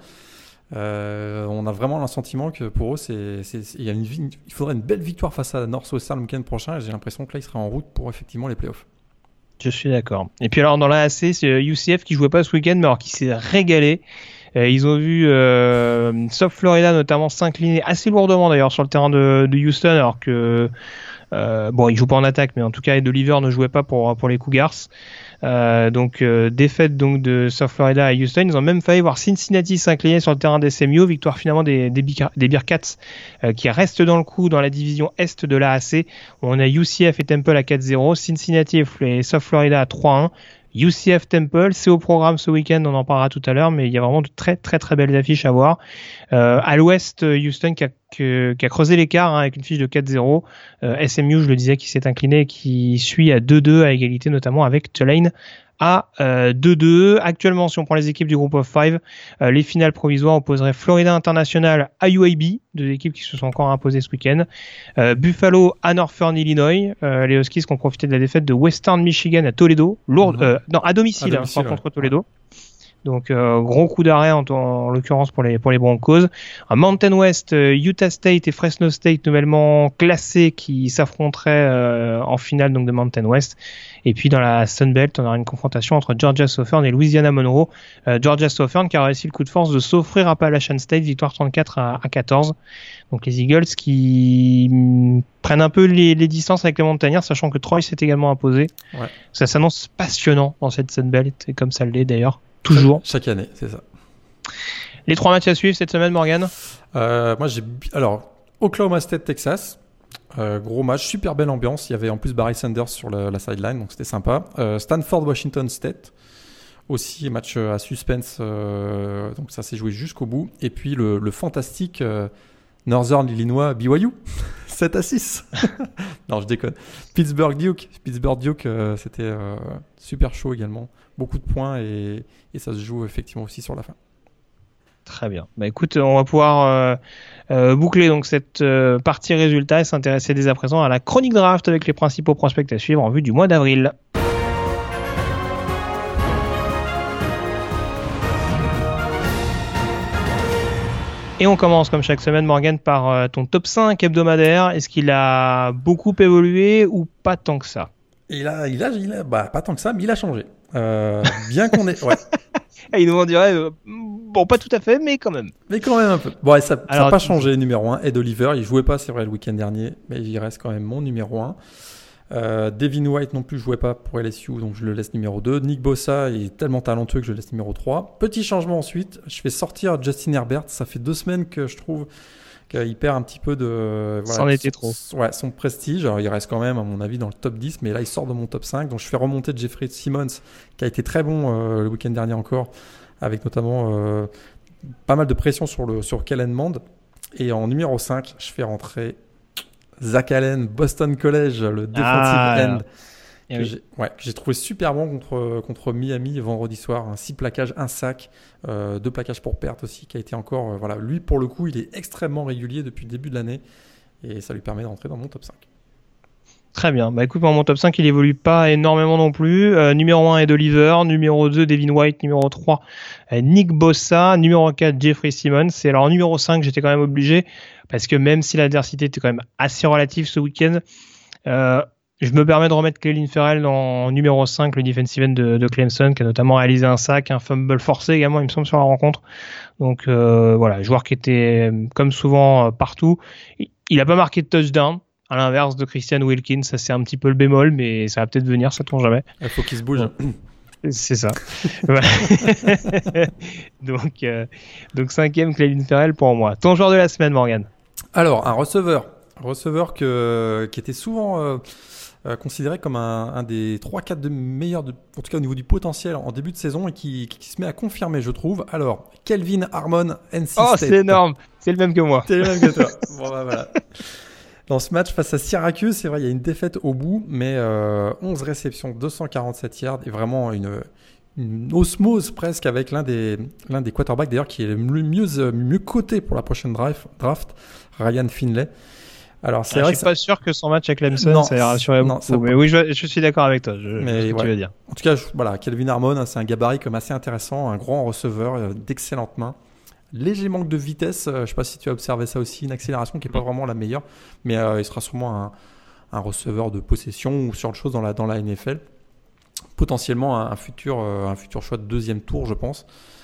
On a vraiment le sentiment que pour eux, il faudrait une belle victoire face à Northwestern le week-end prochain. Et j'ai l'impression que là, ils seraient en route pour effectivement les playoffs.
Je suis d'accord. Et puis alors dans l'AAC, c'est UCF qui jouait pas ce week-end, mais alors qui s'est régalé. Ils ont vu South Florida notamment s'incliner assez lourdement d'ailleurs sur le terrain de Houston, alors que ils jouent pas en attaque, mais en tout cas Ed Oliver ne jouait pas pour les Cougars. Défaite donc de South Florida à Houston. Ils ont même failli voir Cincinnati s'incliner sur le terrain des SMU. Victoire finalement des Bearcats qui restent dans le coup dans la division Est de l'AAC. On a UCF et Temple à 4-0, Cincinnati et South Florida à 3-1. UCF Temple, c'est au programme ce week-end, on en parlera tout à l'heure, mais il y a vraiment de très très très belles affiches à voir. À l'ouest, Houston qui a creusé l'écart avec une fiche de 4-0. SMU, je le disais, qui s'est incliné et qui suit à 2-2 à égalité notamment avec Tulane à 2-2. Actuellement, si on prend les équipes du Group of Five, les finales provisoires opposeraient Florida International à UAB, deux équipes qui se sont encore imposées ce week-end. Buffalo à Northern Illinois, les Huskies qui ont profité de la défaite de Western Michigan à Toledo, à domicile, contre Toledo. Donc gros coup d'arrêt en l'occurrence pour les Broncos. À Mountain West, Utah State et Fresno State nouvellement classés qui s'affronteraient en finale donc de Mountain West. Et puis dans la Sun Belt, on aura une confrontation entre Georgia Southern et Louisiana Monroe. Georgia Southern qui a réussi le coup de force de s'offrir à Appalachian State, victoire 34 à 14. Donc les Eagles qui prennent un peu les distances avec les Montagnards, sachant que Troy s'est également imposé. Ouais. Ça s'annonce passionnant dans cette Sun Belt, et comme ça l'est d'ailleurs. Toujours.
Chaque année, c'est ça.
Les 3 matchs à suivre cette semaine, Morgan.
Moi, Oklahoma State, Texas. Gros match, super belle ambiance. Il y avait en plus Barry Sanders sur la sideline, donc c'était sympa. Stanford, Washington State. Aussi, match à suspense. Donc ça s'est joué jusqu'au bout. Et puis le fantastique Northern Illinois, BYU. 7-6. Non, je déconne. Pittsburgh Duke, c'était super chaud également. Beaucoup de points et ça se joue effectivement aussi sur la fin.
Très bien. Bah écoute, on va pouvoir boucler donc cette partie résultat et s'intéresser dès à présent à la chronique draft avec les principaux prospects à suivre en vue du mois d'avril. Et on commence comme chaque semaine, Morgan, par ton top 5 hebdomadaire. Est-ce qu'il a beaucoup évolué ou pas tant que ça ?
Il a pas tant que ça, mais il a changé. Bien qu'on ait... Ouais.
Il nous en dirait, pas tout à fait, mais quand même.
Mais quand même un peu. Bon, ça n'a pas changé, numéro 1. Ed Oliver, il jouait pas, c'est vrai, le week-end dernier, mais il reste quand même mon numéro 1. Devin White non plus jouait pas pour LSU, donc je le laisse numéro 2. Nick Bosa est tellement talentueux que je le laisse numéro 3. Petit changement ensuite, je fais sortir Justin Herbert. Ça fait 2 semaines que je trouve qu'il perd un petit peu de...
C'en était trop.
Ouais, son prestige. Alors, il reste quand même, à mon avis, dans le top 10, mais là, il sort de mon top 5. Donc, je fais remonter Jeffrey Simmons, qui a été très bon le week-end dernier encore, avec notamment pas mal de pression sur Kellen Mond. Et en numéro 5, je fais rentrer Zach Allen, Boston College, le defensive end, que j'ai trouvé super bon contre Miami vendredi soir. 6 plaquages, 1 sac, 2 plaquages pour perte aussi, qui a été encore... lui, pour le coup, il est extrêmement régulier depuis le début de l'année et ça lui permet d'entrer dans mon top 5.
Très bien. Bah écoute, dans mon top 5, il évolue pas énormément non plus. Numéro 1 Ed Oliver, numéro 2 Devin White, numéro 3 Nick Bosa, numéro 4 Jeffrey Simmons. Et alors en numéro 5, j'étais quand même obligé, parce que même si l'adversité était quand même assez relative ce week-end, je me permets de remettre Clelin Ferrell en numéro 5, le defensive end de Clemson, qui a notamment réalisé un sac, un fumble forcé également, il me semble, sur la rencontre. Donc joueur qui était comme souvent partout. Il a pas marqué de touchdown, à l'inverse de Christian Wilkins. Ça c'est un petit peu le bémol, mais ça va peut-être venir, ça tombe jamais.
Il faut qu'il se bouge.
C'est ça. Donc 5e Clelin Ferrell pour moi. Ton joueur de la semaine, Morgan.
Alors, un receveur qui était souvent considéré comme un des 3-4 meilleurs, en tout cas au niveau du potentiel en début de saison, et qui se met à confirmer, je trouve. Alors, Kelvin Harmon, NC State.
Oh, c'est énorme. C'est le même que moi.
C'est le même que toi. Bon, bah, voilà. Dans ce match face à Syracuse, c'est vrai, il y a une défaite au bout, mais 11 réceptions, 247 yards et vraiment une une osmose presque avec l'un des quarterbacks d'ailleurs qui est le mieux coté pour la prochaine draft, Ryan Finlay. Alors c'est vrai
je suis pas sûr que son match avec Clemson ça ait rassuré beaucoup. Mais oui, je suis d'accord avec toi. Je sais ce que tu veux dire.
En tout cas, voilà, Kelvin Harmon, c'est un gabarit comme assez intéressant, un grand receveur, d'excellentes mains. Léger manque de vitesse, je ne sais pas si tu as observé ça aussi, une accélération qui n'est pas vraiment la meilleure, mais il sera sûrement un receveur de possession ou sur autre chose dans la NFL. Potentiellement un futur choix de deuxième tour, je pense.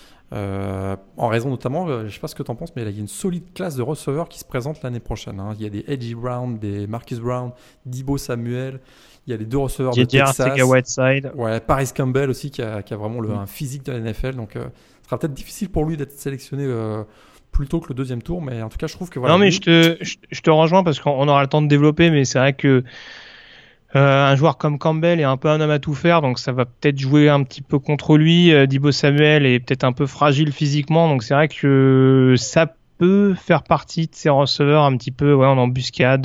En raison notamment, je ne sais pas ce que tu en penses, mais il y a une solide classe de receveurs qui se présente l'année prochaine. Il y a des Edgy Brown, des Marcus Brown, Deebo Samuel. Il y a les 2 receveurs de Texas.
Whiteside.
Ouais, Paris Campbell aussi qui a vraiment un physique de la NFL. Donc, ce sera peut-être difficile pour lui d'être sélectionné plus tôt que le deuxième tour. Mais en tout cas, je trouve que voilà.
Non, mais je te rejoins parce qu'on aura le temps de développer. Mais c'est vrai que un joueur comme Campbell est un peu un homme à tout faire, donc ça va peut-être jouer un petit peu contre lui. Deebo Samuel est peut-être un peu fragile physiquement, donc c'est vrai que ça peut faire partie de ces receveurs un petit peu en embuscade.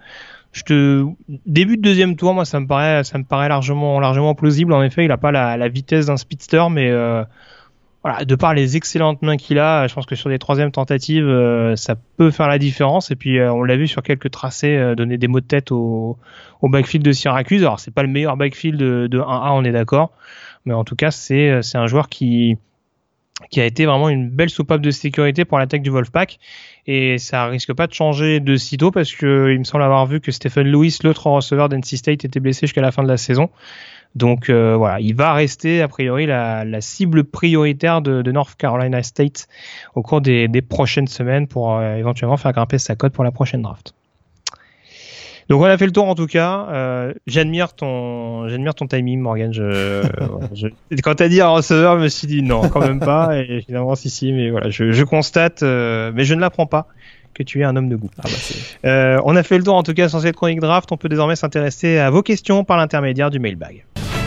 Début de deuxième tour, moi ça me paraît largement plausible. En effet, il a pas la vitesse d'un speedster, mais voilà, de par les excellentes mains qu'il a, je pense que sur des troisièmes tentatives, ça peut faire la différence. Et puis, on l'a vu sur quelques tracés donner des mots de tête au backfield de Syracuse. Alors, c'est pas le meilleur backfield de 1A, on est d'accord. Mais en tout cas, c'est un joueur qui a été vraiment une belle soupape de sécurité pour l'attaque du Wolfpack. Et ça risque pas de changer de sitôt parce que il me semble avoir vu que Stephen Lewis, l'autre receveur d'NC State, était blessé jusqu'à la fin de la saison. Donc voilà, il va rester a priori la cible prioritaire de North Carolina State au cours des prochaines semaines pour éventuellement faire grimper sa cote pour la prochaine draft. Donc on a fait le tour en tout cas. J'admire ton timing, Morgan. Quand t'as dit un receveur, je me suis dit non, quand même pas. Et finalement si, mais voilà, je constate, mais je ne l'apprends pas, que tu es un homme de goût. On a fait le tour en tout cas sur cette chronique draft. On peut désormais s'intéresser à vos questions par l'intermédiaire du mailbag.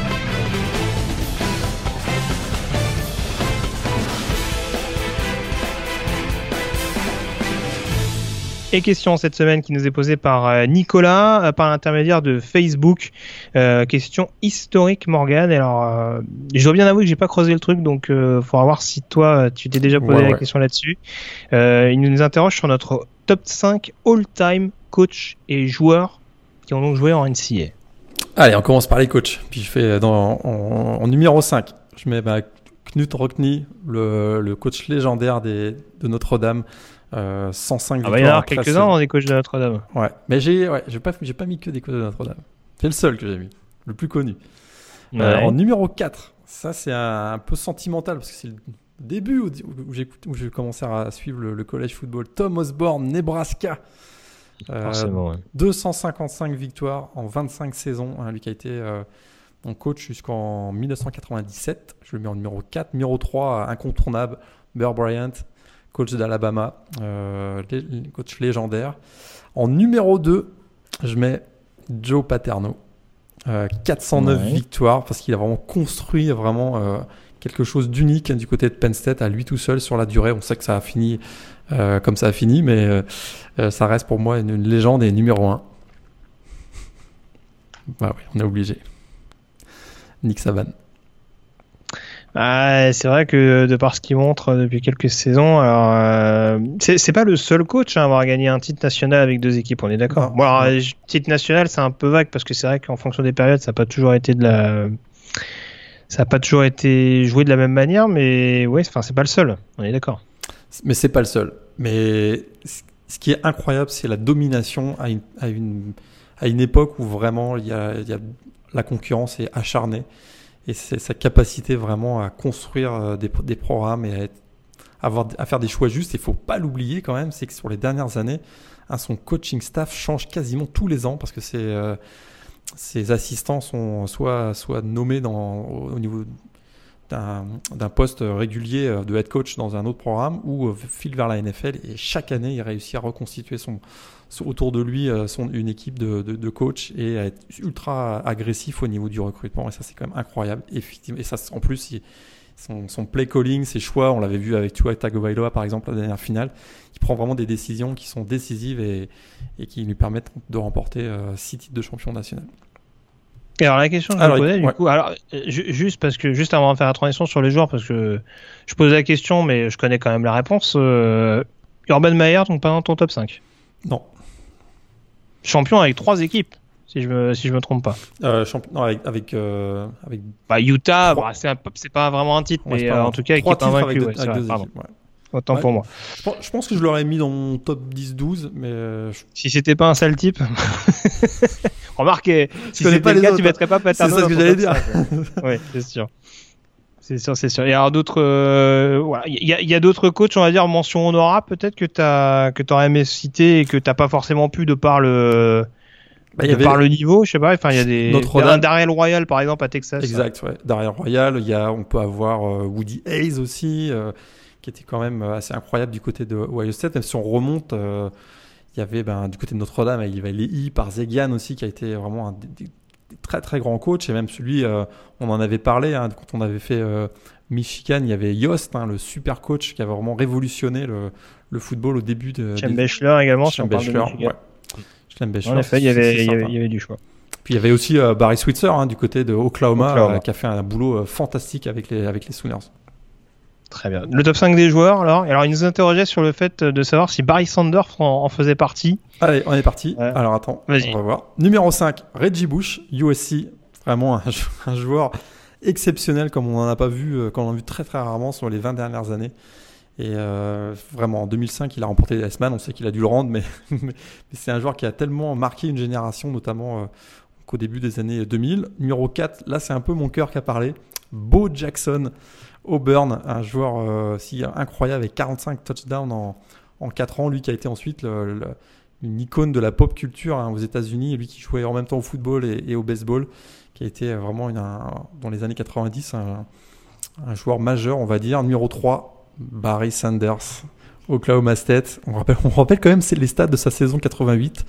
Et question cette semaine qui nous est posée par Nicolas par l'intermédiaire de Facebook. Question historique, Morgan. Alors, je dois bien avouer que j'ai pas creusé le truc, donc faudra voir si toi tu t'es déjà posé la question là-dessus. Il nous interroge sur notre top 5 all-time coach et joueurs qui ont donc joué en NCAA.
Allez, on commence par les coachs. Puis je fais en numéro 5. Je mets Knut Rockne, le coach légendaire de Notre-Dame. 105 victoires.
Il y en a quelques-uns dans des coachs de Notre-Dame.
Ouais, mais j'ai pas mis que des coachs de Notre-Dame. C'est le seul que j'ai mis, le plus connu. Ouais. En numéro 4, ça c'est un peu sentimental parce que c'est le début où j'ai commencé à suivre le college football. Tom Osborne, Nebraska.
Forcément, ouais.
255 victoires en 25 saisons. Lui qui a été mon coach jusqu'en 1997. Je le mets en numéro 4. Numéro 3, incontournable, Burr Bryant. Coach d'Alabama, coach légendaire. En numéro 2, je mets Joe Paterno. 409 victoires parce qu'il a vraiment construit quelque chose d'unique du côté de Penn State à lui tout seul sur la durée. On sait que ça a fini comme ça a fini, mais ça reste pour moi une légende et numéro 1. Bah oui, on est obligé. Nick Saban.
C'est vrai que de par ce qu'il montre depuis quelques saisons, alors c'est pas le seul coach à avoir gagné un titre national avec 2 équipes, on est d'accord. Bon, alors, titre national, c'est un peu vague parce que c'est vrai qu'en fonction des périodes, ça n'a pas toujours été joué de la même manière, mais ouais, enfin c'est pas le seul, on est d'accord.
Mais c'est pas le seul. Mais ce qui est incroyable, c'est la domination à une époque où vraiment il y a la concurrence est acharnée. Et c'est sa capacité vraiment à construire des programmes et à faire des choix justes. Il ne faut pas l'oublier quand même, c'est que sur les dernières années, son coaching staff change quasiment tous les ans parce que ses assistants sont soit nommés au niveau d'un poste régulier de head coach dans un autre programme ou filent vers la NFL. Et chaque année, il réussit à reconstituer autour de lui une équipe de coach et à être ultra agressif au niveau du recrutement. Et ça, c'est quand même incroyable. Et ça, en plus, son play calling, ses choix, on l'avait vu avec Tua Tagovailoa par exemple la dernière finale, il prend vraiment des décisions qui sont décisives et qui lui permettent de remporter 6 titres de champion national.
Et alors la question que je me posais du coup, alors juste parce que juste avant de faire la transition sur les joueurs, parce que je pose la question, mais je connais quand même la réponse. Urban Meyer, donc pas dans ton top 5.
Non.
Champion avec 3 équipes, si je me trompe pas.
Champion avec
Utah, c'est pas vraiment un titre, mais en tout cas équipe invaincue.
Avec 2 équipes. Ouais.
Autant pour moi.
Je pense que je l'aurais mis dans mon top 10-12, mais...
Si c'était pas un sale type... Remarque, si
c'était
pas le cas, tu mettrais pas Paterno.
C'est ça que j'allais dire.
Oui, c'est sûr. C'est sûr. Et alors d'autres... Il y a d'autres coachs, on va dire, mention honorable, peut-être que t'aurais aimé citer et que t'as pas forcément pu de par le... par le niveau, je sais pas, enfin il y a des Darrell Royal par exemple à Texas.
Exact, ouais. Darrell Royal, on peut avoir Woody Hayes aussi, qui était quand même assez incroyable du côté de Ohio State. Même si on remonte, il y avait du côté de Notre-Dame, il y avait Lehi Parzeghian aussi, qui a été vraiment un des très très grands coachs. Et même celui, on en avait parlé quand on avait fait Michigan, il y avait Yost, le super coach qui avait vraiment révolutionné le football au début de...
Chem Bechler également,
Chem Bechler, ouais.
En effet, il y avait du choix.
Puis il y avait aussi Barry Switzer du côté de Oklahoma. Qui a fait un boulot fantastique avec les Sooners.
Très bien. Le top 5 des joueurs, alors il nous interrogeait sur le fait de savoir si Barry Sanders en faisait partie.
Allez, on est parti. Ouais. Alors attends,
vas-y.
On va voir. Numéro 5, Reggie Bush, USC. Vraiment un joueur exceptionnel comme on n'en a pas vu, qu'on en a vu très très rarement sur les 20 dernières années. Et vraiment, en 2005, il a remporté les S-Man. On sait qu'il a dû le rendre, mais c'est un joueur qui a tellement marqué une génération, notamment qu'au début des années 2000. Numéro 4, là, c'est un peu mon cœur qui a parlé. Bo Jackson, Auburn, un joueur aussi incroyable avec 45 touchdowns en 4 ans. Lui qui a été ensuite une icône de la pop culture aux États-Unis. Lui qui jouait en même temps au football et au baseball, qui a été vraiment dans les années 90 un joueur majeur, on va dire. Numéro 3, Barry Sanders, Oklahoma State. On rappelle quand même les stats de sa saison 88.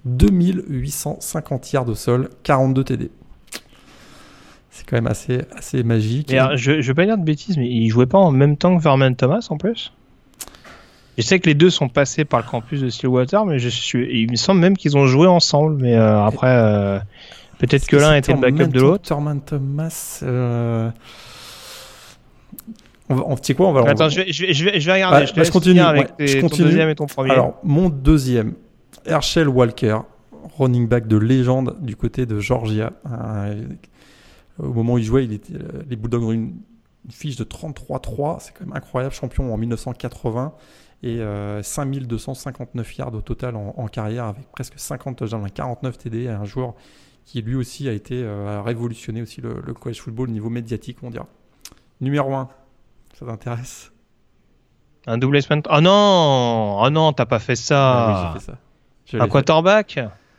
2850 yards au sol, 42 TD. C'est quand même assez magique.
Et alors, je vais pas dire de bêtises, mais il jouait pas en même temps que Vernon Thomas en plus. Je sais que les deux sont passés par le campus de Stillwater, mais il me semble même qu'ils ont joué ensemble. Mais après, peut-être que l'un était le backup de l'autre.
Vernon Thomas... Tu sais quoi,
Attends, je vais regarder.
Je continue avec
ton deuxième et ton premier.
Alors, mon deuxième, Herschel Walker, running back de légende du côté de Georgia. Au moment où il jouait, les Bulldogs ont une fiche de 33-3. C'est quand même incroyable. Champion en 1980 et 5259 yards au total en carrière avec presque 50 touchdowns, 49 TD. Un joueur qui lui aussi a été révolutionné aussi le college football au niveau médiatique, on dira. Numéro 1. Ça t'intéresse?
Un double S-Man. Oh non, t'as pas fait ça.
Oui, j'ai fait ça.
Un quarterback?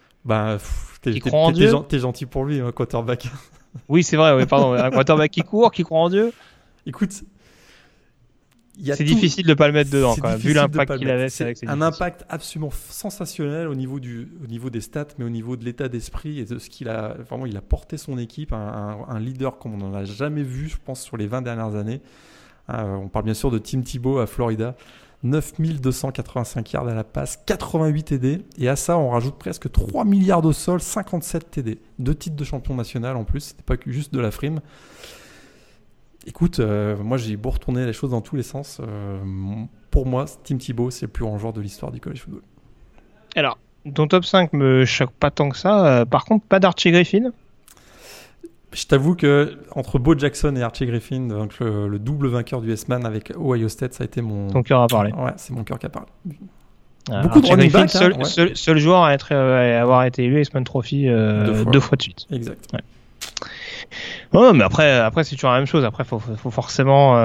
T'es gentil pour lui, un quarterback.
Oui, c'est vrai, pardon. Un quarterback qui court, qui croit en Dieu.
Écoute,
c'est difficile de pas le mettre dedans, quand même, vu l'impact qu'il avait.
C'est un impact absolument sensationnel au niveau des stats, mais au niveau de l'état d'esprit et de ce qu'il a. Vraiment, il a porté son équipe, un leader comme on n'en a jamais vu, je pense, sur les 20 dernières années. On parle bien sûr de Tim Tebow à Florida. 9285 yards à la passe, 88 TD. Et à ça, on rajoute presque 3 milliards au sol, 57 TD. 2 titres de champion national en plus, c'était pas juste de la frime. Écoute, moi j'ai beau retourner les choses dans tous les sens. Pour moi, Tim Tebow, c'est le plus grand joueur de l'histoire du college football.
Alors, ton top 5 me choque pas tant que ça. Par contre, pas d'Archie Griffin.
Je t'avoue que entre Bo Jackson et Archie Griffin, donc le double vainqueur du S-Man avec Ohio State, ça a été mon...
Ton cœur a parlé.
Ouais, c'est mon cœur qui a parlé.
Beaucoup de running back, seul joueur à avoir été élu S-Man Trophy 2 fois de suite.
Exact.
Ouais. Ouais, mais après c'est toujours la même chose. Après, faut forcément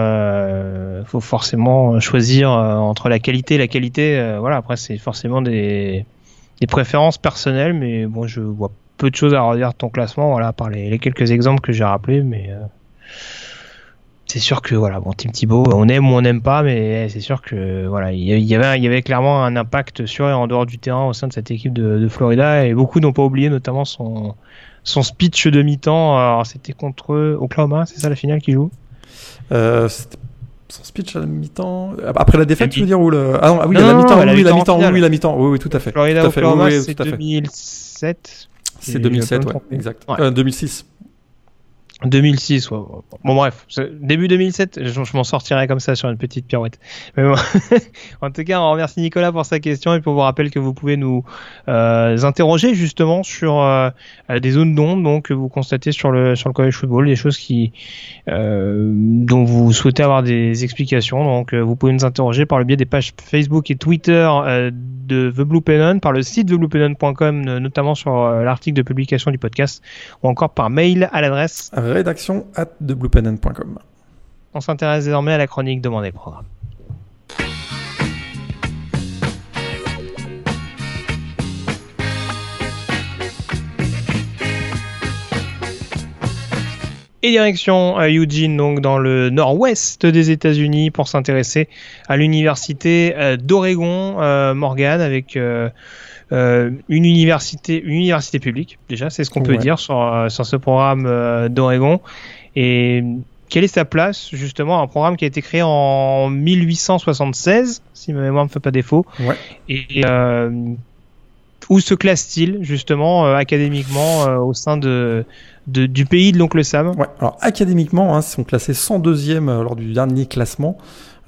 choisir entre la qualité et la qualité. Voilà. Après, c'est forcément des préférences personnelles, mais bon, je vois peu de choses à redire de ton classement, voilà, par les quelques exemples que j'ai rappelés, mais c'est sûr que voilà, bon, Tim Tebow, on aime ou on n'aime pas, mais c'est sûr que voilà, il y avait clairement un impact sur et en dehors du terrain au sein de cette équipe de Florida, et beaucoup n'ont pas oublié notamment son speech de mi-temps. Alors, c'était contre Oklahoma, c'est ça la finale qu'il joue?
C'était son speech à la mi-temps après la défaite, tu veux dire, ou le...
la mi-temps,
oui, la mi-temps, oui, tout à fait.
Florida
tout à fait.
Oklahoma,
oui,
c'est 2007.
C'est 2007, ouais, exact.
Ouais.
2006.
2006, ouais. Bon bref, début 2007, je m'en sortirai comme ça sur une petite pirouette. Mais bon. En tout cas, on remercie Nicolas pour sa question et puis on vous rappelle que vous pouvez nous interroger justement sur des zones d'ombre donc que vous constatez sur le college football, des choses dont vous souhaitez avoir des explications. Donc vous pouvez nous interroger par le biais des pages Facebook et Twitter de The Blue Pennant, par le site thebluepennant.com, notamment sur l'article de publication du podcast, ou encore par mail à l'adresse
rédaction@thebluepennant.com.
On s'intéresse désormais à la chronique Demandez le programme. Et direction Eugene, donc dans le nord-ouest des États-Unis, pour s'intéresser à l'université d'Oregon, Morgan, avec une université publique. Déjà, c'est ce qu'on peut dire sur ce programme d'Oregon. Et quelle est sa place, justement, un programme qui a été créé en 1876, si ma mémoire ne me fait pas défaut.
Ouais.
Et où se classe-t-il, justement, académiquement, au sein du pays de l'oncle Sam?
Ouais. Alors, académiquement, ils sont classés 102e lors du dernier classement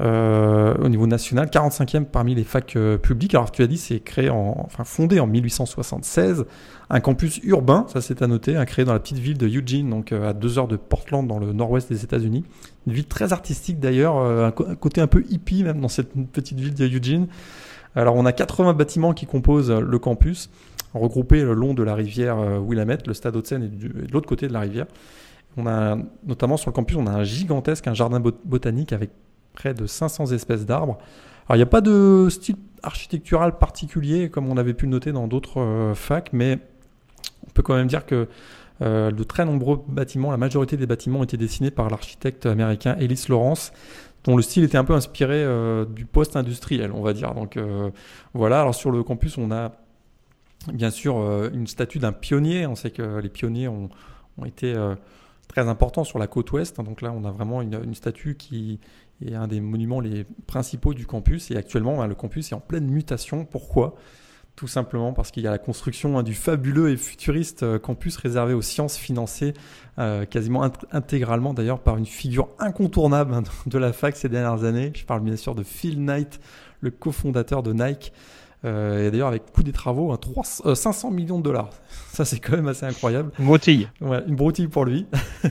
au niveau national, 45e parmi les facs publiques. Alors, tu as dit, c'est fondé en 1876. Un campus urbain, ça c'est à noter, créé dans la petite ville de Eugene, donc à 2 heures de Portland, dans le nord-ouest des États-Unis. Une ville très artistique d'ailleurs, un côté un peu hippie même dans cette petite ville de Eugene. Alors, on a 80 bâtiments qui composent le campus, regroupés le long de la rivière Willamette, le stade Hudson est de l'autre côté de la rivière. On a, notamment sur le campus, on a un jardin botanique avec près de 500 espèces d'arbres. Alors, il n'y a pas de style architectural particulier, comme on avait pu le noter dans d'autres facs, mais on peut quand même dire que de très nombreux bâtiments, la majorité des bâtiments ont été dessinés par l'architecte américain Ellis Lawrence, dont le style était un peu inspiré du post-industriel, on va dire. Donc voilà, alors sur le campus, on a bien sûr une statue d'un pionnier. On sait que les pionniers ont été très importants sur la côte ouest. Donc là, on a vraiment une statue qui est un des monuments les principaux du campus. Et actuellement, le campus est en pleine mutation. Pourquoi ? Tout simplement parce qu'il y a la construction du fabuleux et futuriste campus réservé aux sciences, financé quasiment intégralement d'ailleurs par une figure incontournable de la fac ces dernières années. Je parle bien sûr de Phil Knight, le cofondateur de Nike. Et d'ailleurs avec coût des travaux, 500 millions de dollars. Ça c'est quand même assez incroyable.
Une broutille.
Ouais, une broutille pour lui.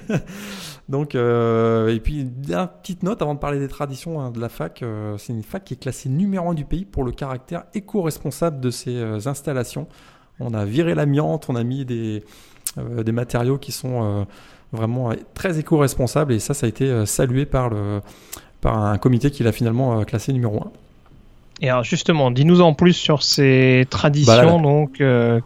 Donc, et puis une petite note avant de parler des traditions de la fac. C'est une fac qui est classée numéro 1 du pays pour le caractère éco-responsable de ses installations. On a viré l'amiante, on a mis des matériaux qui sont vraiment très éco-responsables, et ça a été salué par un comité qui l'a finalement classé numéro 1.
Et alors justement, dis-nous en plus sur ces traditions. Donc,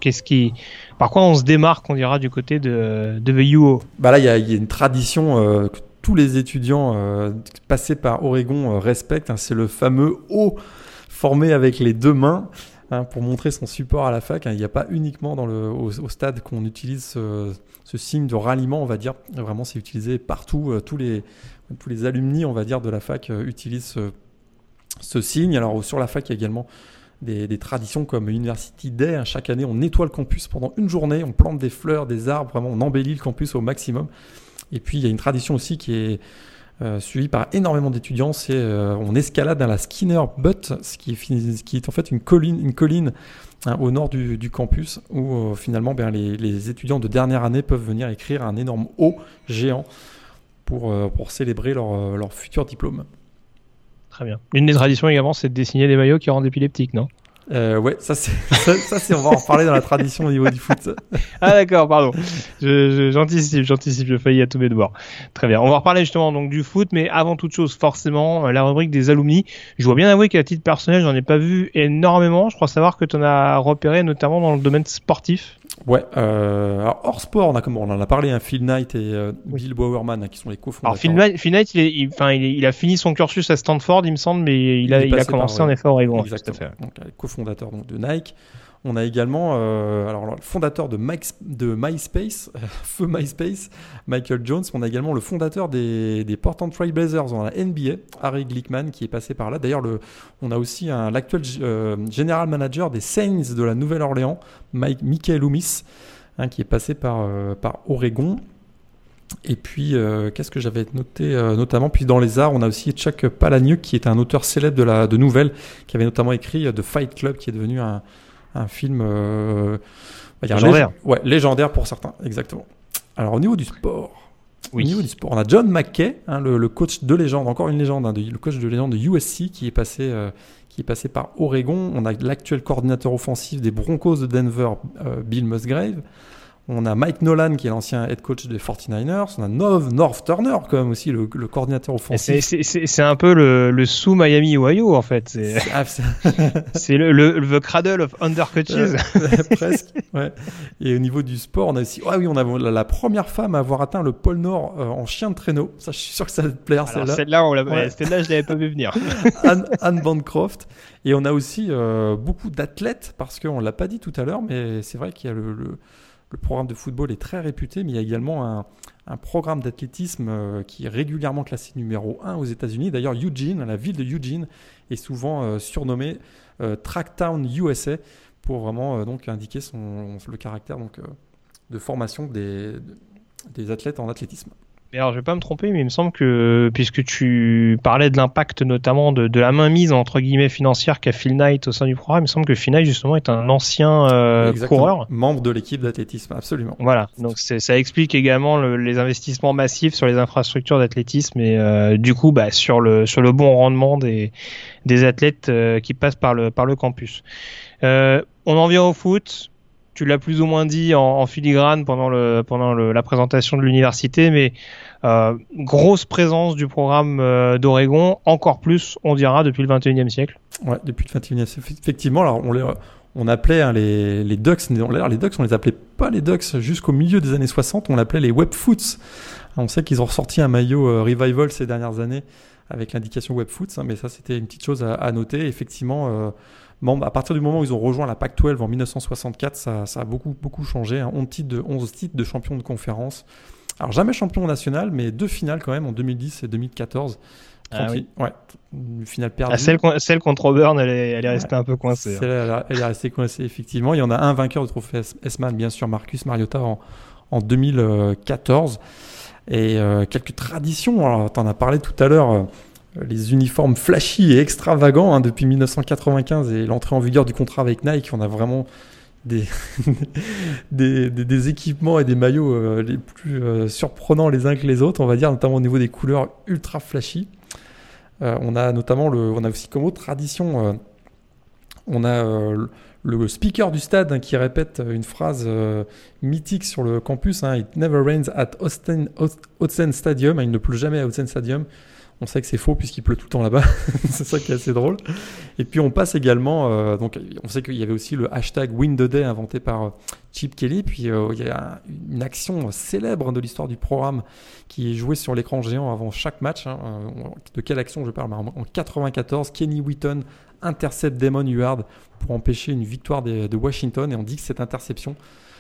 par quoi on se démarque, on dira, du côté de The UO?
Là, il y a une tradition que tous les étudiants passés par Oregon respectent. C'est le fameux O formé avec les deux mains pour montrer son support à la fac. Il n'y a pas uniquement au stade qu'on utilise ce signe de ralliement, on va dire. Vraiment, c'est utilisé partout. Tous les alumni, on va dire, de la fac utilisent ce signe. Alors sur la fac, il y a également des traditions comme University Day. Chaque année, on nettoie le campus pendant une journée, on plante des fleurs, des arbres, vraiment on embellit le campus au maximum. Et puis il y a une tradition aussi qui est suivie par énormément d'étudiants, c'est on escalade dans la Skinner Butte, ce qui est en fait une colline au nord du campus, où finalement les étudiants de dernière année peuvent venir écrire un énorme O géant pour célébrer leur futur diplôme.
Très bien. Une des traditions également, c'est de dessiner des maillots qui rendent épileptiques, non ?
Ouais, ça c'est on va en reparler dans la tradition au niveau du foot.
Ah d'accord, pardon. J'anticipe, je faillis à tous mes devoirs. Très bien. On va reparler justement donc du foot, mais avant toute chose, forcément, la rubrique des alumni. Je dois bien avouer qu'à titre personnel, j'en ai pas vu énormément. Je crois savoir que tu en as repéré notamment dans le domaine sportif.
Ouais, alors hors sport, on en a parlé, Phil Knight et Bill Bowerman, qui sont les cofondateurs.
Alors Phil Knight, il a fini son cursus à Stanford, il me semble, mais il a commencé en effet à Oregon.
Exactement. Tout à fait. Donc, les cofondateurs de Nike. On a également le fondateur de MySpace, feu MySpace, Michael Jones. On a également le fondateur des Portland Trail Blazers dans la NBA, Harry Glickman, qui est passé par là. D'ailleurs, on a aussi l'actuel general manager des Saints de la Nouvelle-Orléans, Michael Loomis. qui est passé par Oregon. Et puis, qu'est-ce que j'avais noté notamment, puis dans les arts, on a aussi Chuck Palahniuk, qui est un auteur célèbre de nouvelles, qui avait notamment écrit The Fight Club, qui est devenu un film
légendaire.
Légendaire pour certains, exactement. Alors, au niveau du sport, on a John McKay, le coach de légende, encore une légende, le coach de légende de USC, qui est passé par Oregon. On a l'actuel coordinateur offensif des Broncos de Denver, Bill Musgrave. On a Mike Nolan, qui est l'ancien head coach des 49ers. On a North Turner, quand même aussi, le coordinateur offensif.
C'est un peu le sous-Miami Ohio, en fait. C'est le cradle of undercoaches.
Presque, ouais. Et au niveau du sport, on a aussi... on a la première femme à avoir atteint le pôle Nord en chien de traîneau. Ça, je suis sûr que ça va te plaire, celle-là.
Celle-là, je l'avais pas vu venir.
Anne Bancroft. Et on a aussi beaucoup d'athlètes, parce qu'on ne l'a pas dit tout à l'heure, mais c'est vrai qu'il y a le programme de football est très réputé, mais il y a également un programme d'athlétisme qui est régulièrement classé numéro 1 aux États-Unis. D'ailleurs, la ville de Eugene, est souvent surnommée Tracktown USA pour vraiment donc indiquer le caractère de formation des athlètes en athlétisme.
Mais alors, je vais pas me tromper, mais il me semble que, puisque tu parlais de l'impact notamment de la mainmise entre guillemets financière qu'a Phil Knight au sein du programme, il me semble que Phil Knight justement est un ancien coureur.
Membre de l'équipe d'athlétisme, absolument.
Voilà, donc ça explique également les investissements massifs sur les infrastructures d'athlétisme et du coup sur le bon rendement des athlètes qui passent par le campus. On en vient au foot. Tu l'as plus ou moins dit en filigrane pendant la présentation de l'université, mais grosse présence du programme d'Oregon, encore plus, on dira, depuis le 21e siècle.
Ouais, depuis le 21e siècle. Effectivement, alors on appelait les Ducks, les Ducks, on les appelait pas les Ducks jusqu'au milieu des années 60, on l'appelait les Webfoots. On sait qu'ils ont ressorti un maillot Revival ces dernières années avec l'indication Webfoots, mais ça c'était une petite chose à noter. Effectivement, à partir du moment où ils ont rejoint la Pac-12 en 1964, ça a beaucoup changé. 11 titres de champion de conférence. Alors jamais champion national, mais 2 finales quand même en 2010 et 2014.
Oui.
Ouais, une finale perdue.
Celle contre Auburn, elle est restée un peu coincée.
Elle est restée coincée, effectivement. Il y en a un vainqueur de trophée S-Man, bien sûr, Marcus Mariota en 2014. Et quelques traditions. Alors, tu en as parlé tout à l'heure. Les uniformes flashy et extravagants depuis 1995 et l'entrée en vigueur du contrat avec Nike, on a vraiment des équipements et des maillots les plus surprenants les uns que les autres, on va dire, notamment au niveau des couleurs ultra flashy. On a aussi comme autre tradition, on a le speaker du stade qui répète une phrase mythique sur le campus, It never rains at Autzen Stadium, il ne pleut jamais à Autzen Stadium. On sait que c'est faux puisqu'il pleut tout le temps là-bas. C'est ça qui est assez drôle. Et puis on passe également, donc on sait qu'il y avait aussi le hashtag Win the Day inventé par Chip Kelly. Puis il y a une action célèbre de l'histoire du programme qui est jouée sur l'écran géant avant chaque match. De quelle action je parle ? En 94, Kenny Wheaton intercepte Damon Huard pour empêcher une victoire de Washington. Et on dit que cette interception,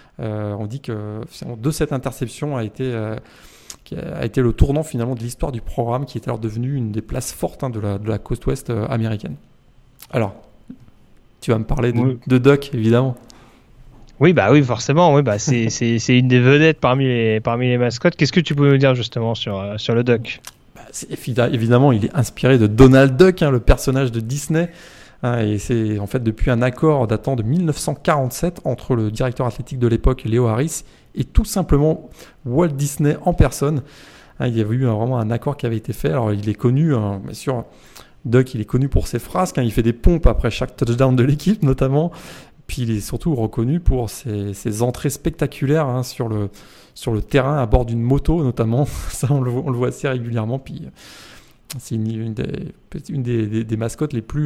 de cette interception a été le tournant finalement de l'histoire du programme, qui est alors devenu une des places fortes de la côte ouest américaine. Alors, tu vas me parler de Duck, évidemment.
Oui, forcément. Oui, c'est une des vedettes parmi les mascottes. Qu'est-ce que tu peux nous dire justement sur le Duck ?
Évidemment, il est inspiré de Donald Duck, le personnage de Disney. Et c'est en fait depuis un accord datant de 1947 entre le directeur athlétique de l'époque, Leo Harris, et tout simplement Walt Disney en personne. Il y avait eu vraiment un accord qui avait été fait. Alors il est connu, bien sûr, Duck, il est connu pour ses frasques. Il fait des pompes après chaque touchdown de l'équipe notamment. Puis il est surtout reconnu pour ses entrées spectaculaires sur le terrain à bord d'une moto notamment. Ça on le voit assez régulièrement. Puis c'est une des mascottes les plus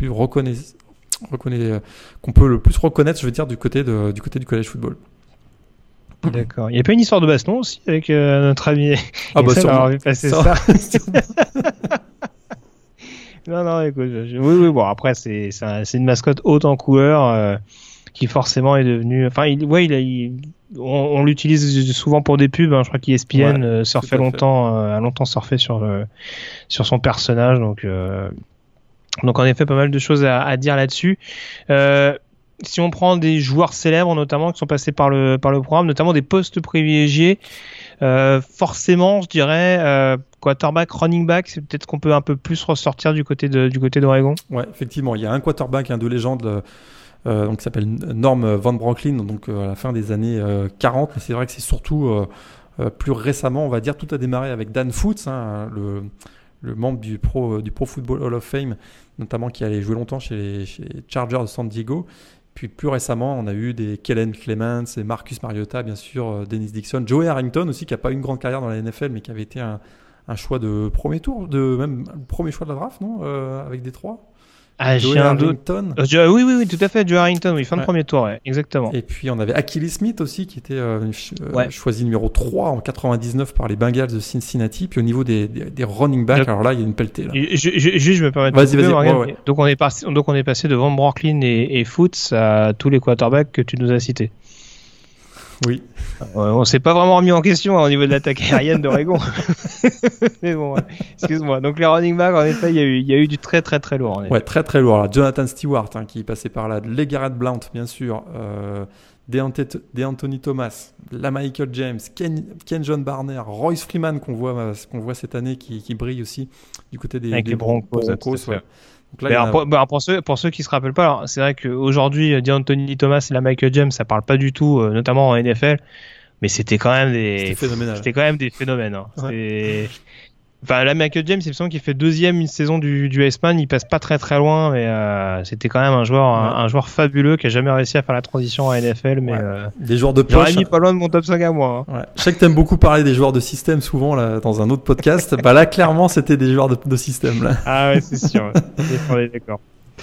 qu'on peut le plus reconnaître, je veux dire, du côté du college football.
D'accord. Il n'y a pas une histoire de baston aussi avec notre ami
sûrement.
Vu passer ça. Non, écoute, oui, bon, après, c'est une mascotte haute en couleur qui forcément est devenue... Enfin, on l'utilise souvent pour des pubs. Je crois qu'ESPN surfait a longtemps surfé sur son personnage. Donc, en effet, pas mal de choses à dire là-dessus. si on prend des joueurs célèbres notamment qui sont passés par le programme, notamment des postes privilégiés, forcément, je dirais quarterback, running back, c'est peut-être qu'on peut un peu plus ressortir du côté d'Oregon.
Ouais, effectivement, il y a un quarterback, de légende, donc qui s'appelle Norm Van Brocklin, donc à la fin des années 40, mais c'est vrai que c'est surtout plus récemment, on va dire, tout a démarré avec Dan Foots, le membre du Pro Football Hall of Fame, notamment qui allait jouer longtemps chez les Chargers de San Diego. Puis plus récemment, on a eu des Kellen Clements et Marcus Mariota, bien sûr, Dennis Dixon, Joey Harrington aussi, qui n'a pas eu une grande carrière dans la NFL, mais qui avait été un choix de premier tour, même le premier choix de la draft, non, avec Détroit.
J'ai un doute. Oui, tout à fait, Joe Harrington, oui, fin de premier tour, ouais, exactement.
Et puis on avait Achilles Smith aussi, qui était choisi numéro 3 en 99 par les Bengals de Cincinnati. Puis au niveau des running backs, alors là, il y a une pelletée. Là.
Je me permets de
vas-y. Ouais.
Donc on est passé de Van Brocklin et Foots à tous les quarterbacks que tu nous as cités.
Oui.
On s'est pas vraiment remis en question au niveau de l'attaque aérienne d'Oregon. Mais bon, ouais. Excuse-moi. Donc les running backs, en effet, il y a eu du très très très lourd.
Ouais, très très lourd. Là. Jonathan Stewart, qui passait par là, LeGarrette Blount, bien sûr, DeAnthony Thomas, Michael James, Ken John Barner, Royce Freeman qu'on voit cette année qui brille aussi du côté des
Broncos.
Ouais.
Donc là, pour ceux qui se rappellent pas, alors, c'est vrai qu'aujourd'hui, DeAnthony Thomas et Michael James, ça parle pas du tout, notamment en NFL, mais c'était quand même des phénomènes. Hein.
Ouais.
Enfin, Michael James, il me semble qu'il fait deuxième une saison du S-Man, il passe pas très très loin, mais c'était quand même un joueur fabuleux qui a jamais réussi à faire la transition à NFL, mais
des joueurs de poche.
J'aurais mis pas loin de mon top 5 à moi. Hein.
Ouais. Je sais que t'aimes beaucoup parler des joueurs de système souvent là dans un autre podcast. Là clairement c'était des joueurs de système là.
Ah ouais, c'est sûr. On est d'accord.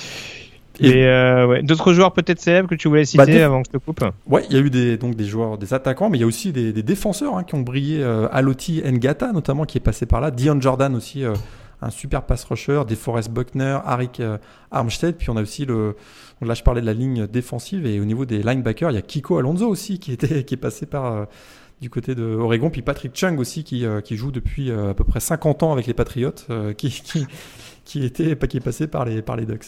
Et d'autres joueurs peut-être célèbres que tu voulais citer avant que je te coupe.
Ouais, il y a eu des joueurs, des attaquants, mais il y a aussi des défenseurs qui ont brillé. Aloti Ngata notamment qui est passé par là. Dion Jordan aussi, un super pass rusher. DeForest Buckner, Arik Armstead. Puis on a aussi là je parlais de la ligne défensive et au niveau des linebackers, il y a Kiko Alonso aussi qui est passé par du côté de Oregon. Puis Patrick Chung aussi qui joue depuis à peu près 50 ans avec les Patriots, qui est passé par les Ducks.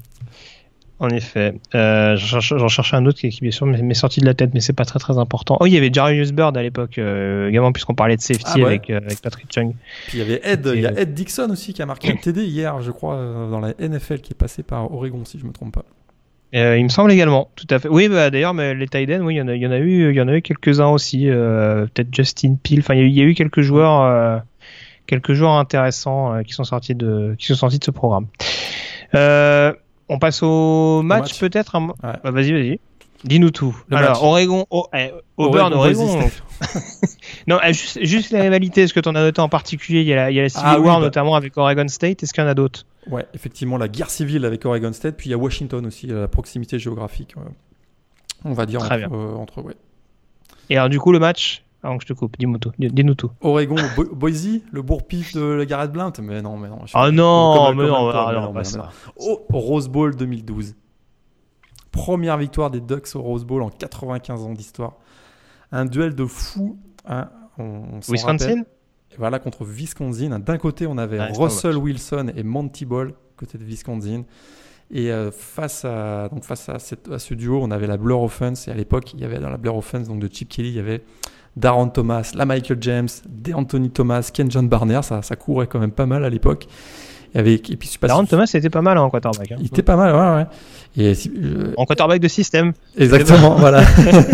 En effet, j'en cherchais un autre qui bien sûr m'est sorti de la tête, mais c'est pas très très important. Oh, il y avait Jarius Byrd à l'époque, également puisqu'on parlait de safety avec Patrick Chung.
Puis il y avait Ed Dixon aussi qui a marqué un TD hier, je crois, dans la NFL, qui est passé par Oregon si je me trompe pas.
Il me semble également, tout à fait. Oui, d'ailleurs, mais les tight ends, oui, il y en a eu quelques-uns aussi. Peut-être Justin Peel. Enfin, il y a eu quelques joueurs intéressants qui sont sortis de ce programme. On passe au match peut-être.
Ouais.
Vas-y. Dis-nous tout. Alors, Oregon, Auburn, Oregon. Non, juste les rivalités. Est-ce que tu en as noté en particulier? Il y a la Civil War notamment avec Oregon State. Est-ce qu'il y en a d'autres?
Ouais, effectivement, la guerre civile avec Oregon State. Puis il y a Washington aussi, la proximité géographique. On va dire entre.
Et alors, du coup, le match. Avant que je te coupe, dis-nous tout.
Oregon, Boise, le bourg-pif de la Garrett Blount. Mais non.
Pas ça.
Rose Bowl 2012. Première victoire des Ducks au Rose Bowl en 95 ans d'histoire. Un duel de fou.
Wisconsin.
Voilà, contre Wisconsin. D'un côté, on avait Russell Wilson et Monty Ball, côté de Wisconsin. Et face à ce duo, on avait la Blur Offense. Et à l'époque, il y avait dans la Blur Offense donc de Chip Kelly, il y avait Darron Thomas, Michael James, DeAnthony Thomas, Ken John Barner. Ça courait quand même pas mal à l'époque.
Darron Thomas, c'était pas mal en quarterback. Hein.
Il était pas mal, ouais. Et
en quarterback de système.
Exactement, voilà.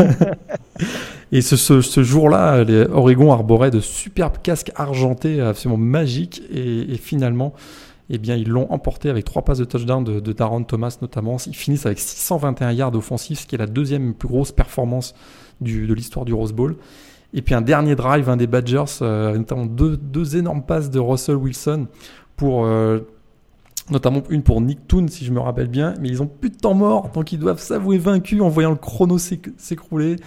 Et ce jour-là, les Oregon arborait de superbes casques argentés absolument magiques. Et finalement, ils l'ont emporté avec 3 passes de touchdown de Darron Thomas notamment. Ils finissent avec 621 yards offensifs, ce qui est la deuxième plus grosse performance de l'histoire du Rose Bowl. Et puis un dernier drive des Badgers, notamment deux énormes passes de Russell Wilson notamment une pour Nick Toon si je me rappelle bien, mais ils ont plus de temps mort, donc ils doivent s'avouer vaincus en voyant le chrono s'écouler,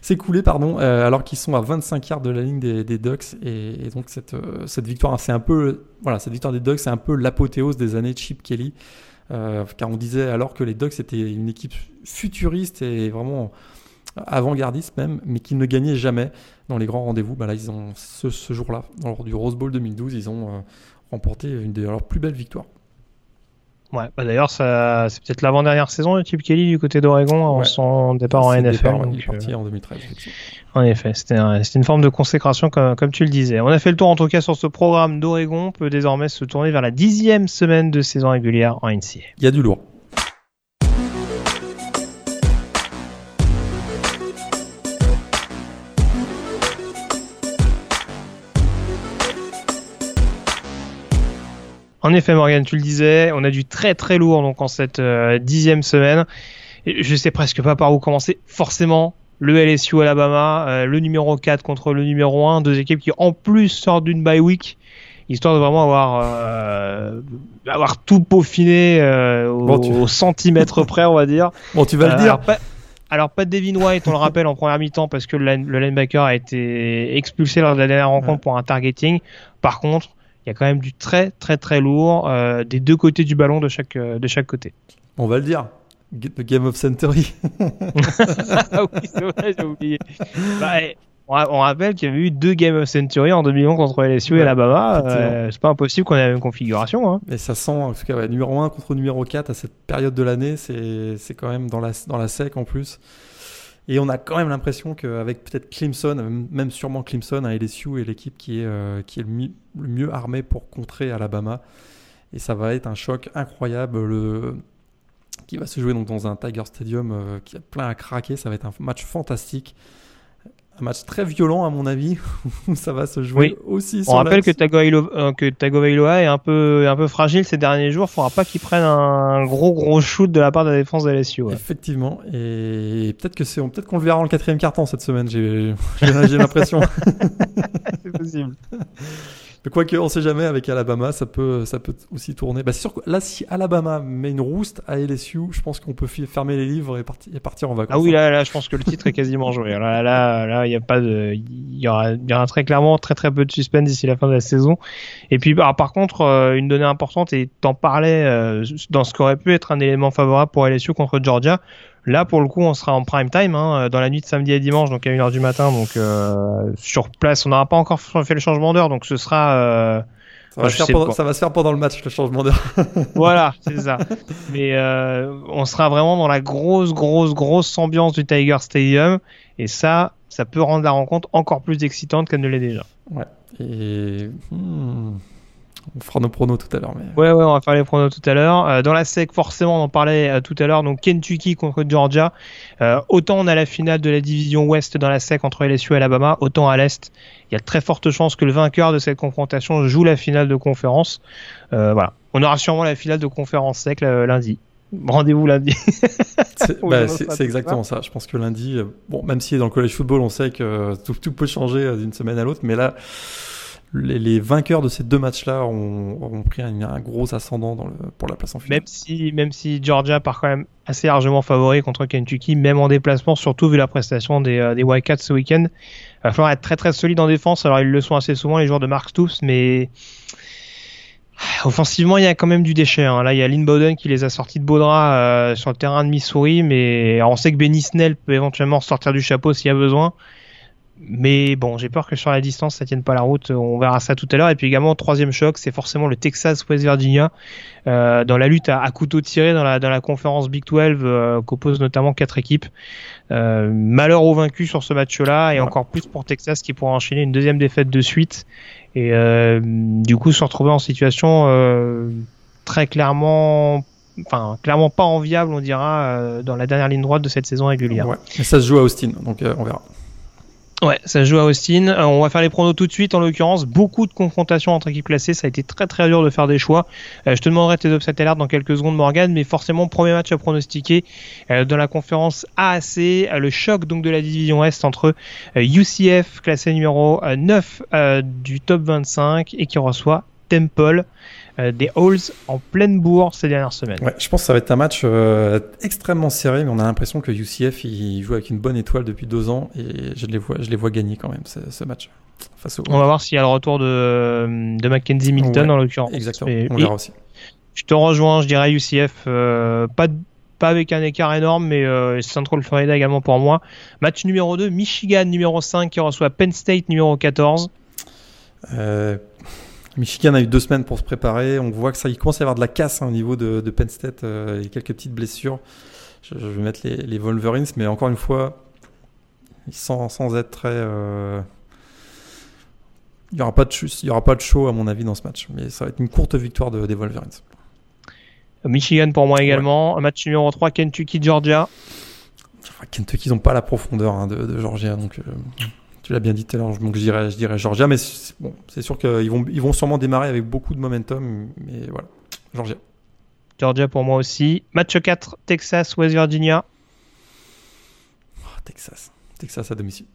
alors qu'ils sont à 25 yards de la ligne des Ducks. Et donc cette victoire, cette victoire des Ducks, c'est un peu l'apothéose des années de Chip Kelly, car on disait alors que les Ducks étaient une équipe futuriste et vraiment avant-gardiste même, mais qui ne gagnaient jamais dans les grands rendez-vous. Là, ils ont ce jour-là, lors du Rose Bowl 2012, ils ont remporté une de leurs plus belles victoires.
Ouais, d'ailleurs, c'est peut-être l'avant-dernière saison de Chip Kelly du côté d'Oregon avant son départ en NFL.
Il est parti en 2013.
En effet, c'était une forme de consécration comme tu le disais. On a fait le tour en tout cas sur ce programme d'Oregon. On peut désormais se tourner vers la 10e semaine de saison régulière en NCAA.
Il y a du lourd.
En effet, Morgan, tu le disais, on a du très très lourd donc en cette 10e semaine. Et je sais presque pas par où commencer. Forcément, le LSU Alabama, le numéro 4 contre le numéro 1, deux équipes qui en plus sortent d'une bye week, histoire de vraiment avoir tout peaufiné au centimètre près, on va dire.
Bon, tu vas le dire.
Alors pas de Devin White, on le rappelle, en première mi-temps parce que le linebacker a été expulsé lors de la dernière rencontre pour un targeting. Par contre, il y a quand même du très très très lourd des deux côtés du ballon de chaque côté.
On va le dire. Le Game of Century.
Ah oui, c'est vrai, j'ai oublié. On rappelle qu'il y avait eu 2 Game of Century en 2011 contre LSU et Alabama. C'est pas impossible qu'on ait la même configuration. Hein.
Mais ça sent, en tout cas, numéro 1 contre numéro 4 à cette période de l'année, c'est quand même dans la sec en plus. Et on a quand même l'impression qu'avec peut-être Clemson, même sûrement Clemson, LSU est l'équipe qui est le mieux armée pour contrer Alabama. Et ça va être un choc incroyable qui va se jouer donc dans un Tiger Stadium qui a plein à craquer. Ça va être un match fantastique. Un match très violent à mon avis, où ça va se jouer aussi.
On rappelle que Tagovailoa est un peu fragile ces derniers jours. Il ne faudra pas qu'il prenne un gros shoot de la part de la défense de LSU. Ouais.
Effectivement, et peut-être qu'on le verra en le 4e quart-temps cette semaine. J'ai l'impression.
C'est possible.
Mais quoique, on ne sait jamais, avec Alabama, ça peut aussi tourner. C'est sûr que là, si Alabama met une rouste à LSU, je pense qu'on peut fermer les livres et partir en vacances.
Ah oui, là, je pense que le titre est quasiment joué. Là, il y a pas de, il y aura très clairement très très peu de suspense d'ici la fin de la saison. Et puis, par contre, une donnée importante, et t'en parlais dans ce qu'aurait pu être un élément favorable pour LSU contre Georgia. Là, pour le coup, on sera en prime time, dans la nuit de samedi à dimanche, donc à 1h du matin, donc sur place. On n'aura pas encore fait le changement d'heure, donc ce sera...
ça va se faire pendant le match, le changement d'heure.
Voilà, c'est ça. Mais on sera vraiment dans la grosse ambiance du Tiger Stadium, et ça peut rendre la rencontre encore plus excitante qu'elle ne l'est déjà.
Ouais, et... On fera nos pronos tout à l'heure. Mais...
Ouais, on va faire les pronos tout à l'heure. Dans la SEC, forcément, on en parlait tout à l'heure. Donc, Kentucky contre Georgia. Autant on a la finale de la division Ouest dans la SEC entre LSU et Alabama, autant à l'Est, il y a de très fortes chances que le vainqueur de cette confrontation joue la finale de conférence. Voilà. On aura sûrement la finale de conférence SEC lundi. Rendez-vous lundi.
C'est exactement ça. Je pense que lundi, même si dans le college football, on sait que tout peut changer d'une semaine à l'autre, mais là... Les vainqueurs de ces deux matchs-là ont pris un gros ascendant pour la place en finale.
Même si Georgia part quand même assez largement favori contre Kentucky, même en déplacement, surtout vu la prestation des Wildcats ce week-end. Il va falloir être très très solide en défense. Alors ils le sont assez souvent, les joueurs de Mark Stoops, mais offensivement il y a quand même du déchet. Là il y a Lynn Bowden qui les a sortis de beaux draps sur le terrain de Missouri, mais alors, on sait que Benny Snell peut éventuellement sortir du chapeau s'il y a besoin. Mais bon, j'ai peur que sur la distance ça tienne pas la route. On verra ça tout à l'heure. Et puis également, troisième choc, c'est forcément le Texas-West Virginia dans la lutte à couteau tiré dans la conférence Big 12 qu'opposent notamment 4 équipes. Malheur aux vaincus sur ce match-là, et encore plus pour Texas qui pourra enchaîner une deuxième défaite de suite et du coup se retrouver en situation très clairement pas enviable, on dira, dans la dernière ligne droite de cette saison régulière.
Ouais. Et ça se joue à Austin, donc on verra.
Ouais, ça se joue à Austin. On va faire les pronos tout de suite. En l'occurrence, beaucoup de confrontations entre équipes classées. Ça a été très très dur de faire des choix. Je te demanderai tes upset alerts dans quelques secondes, Morgan, mais forcément, premier match à pronostiquer dans la conférence AAC. Le choc donc de la division Est entre UCF, classé numéro 9 du top 25, et qui reçoit Temple, des Owls en pleine bourre ces dernières semaines.
Ouais, je pense que ça va être un match extrêmement serré, mais on a l'impression que UCF il joue avec une bonne étoile depuis 2 ans, et je les vois gagner quand même ce match.
On va voir s'il y a le retour de Mackenzie Milton en l'occurrence.
Exactement, on verra aussi.
Je te rejoins, je dirais UCF, pas avec un écart énorme, mais Central Florida également pour moi. Match numéro 2, Michigan numéro 5 qui reçoit Penn State numéro 14.
Michigan a eu 2 semaines pour se préparer. On voit que ça, il commence à y avoir de la casse au niveau de Penn State et quelques petites blessures. Je vais mettre les Wolverines, mais encore une fois, sans être très... Il n'y aura pas de show, à mon avis, dans ce match. Mais ça va être une courte victoire des Wolverines.
Michigan pour moi également. Match numéro 3, Kentucky-Georgia.
Kentucky, ils n'ont pas la profondeur de Georgia. Donc, tu l'as bien dit tout à l'heure, donc je dirais Georgia. Mais c'est sûr qu'ils vont sûrement démarrer avec beaucoup de momentum. Mais voilà, Georgia.
Georgia pour moi aussi. Match 4, Texas-West Virginia.
Texas à domicile.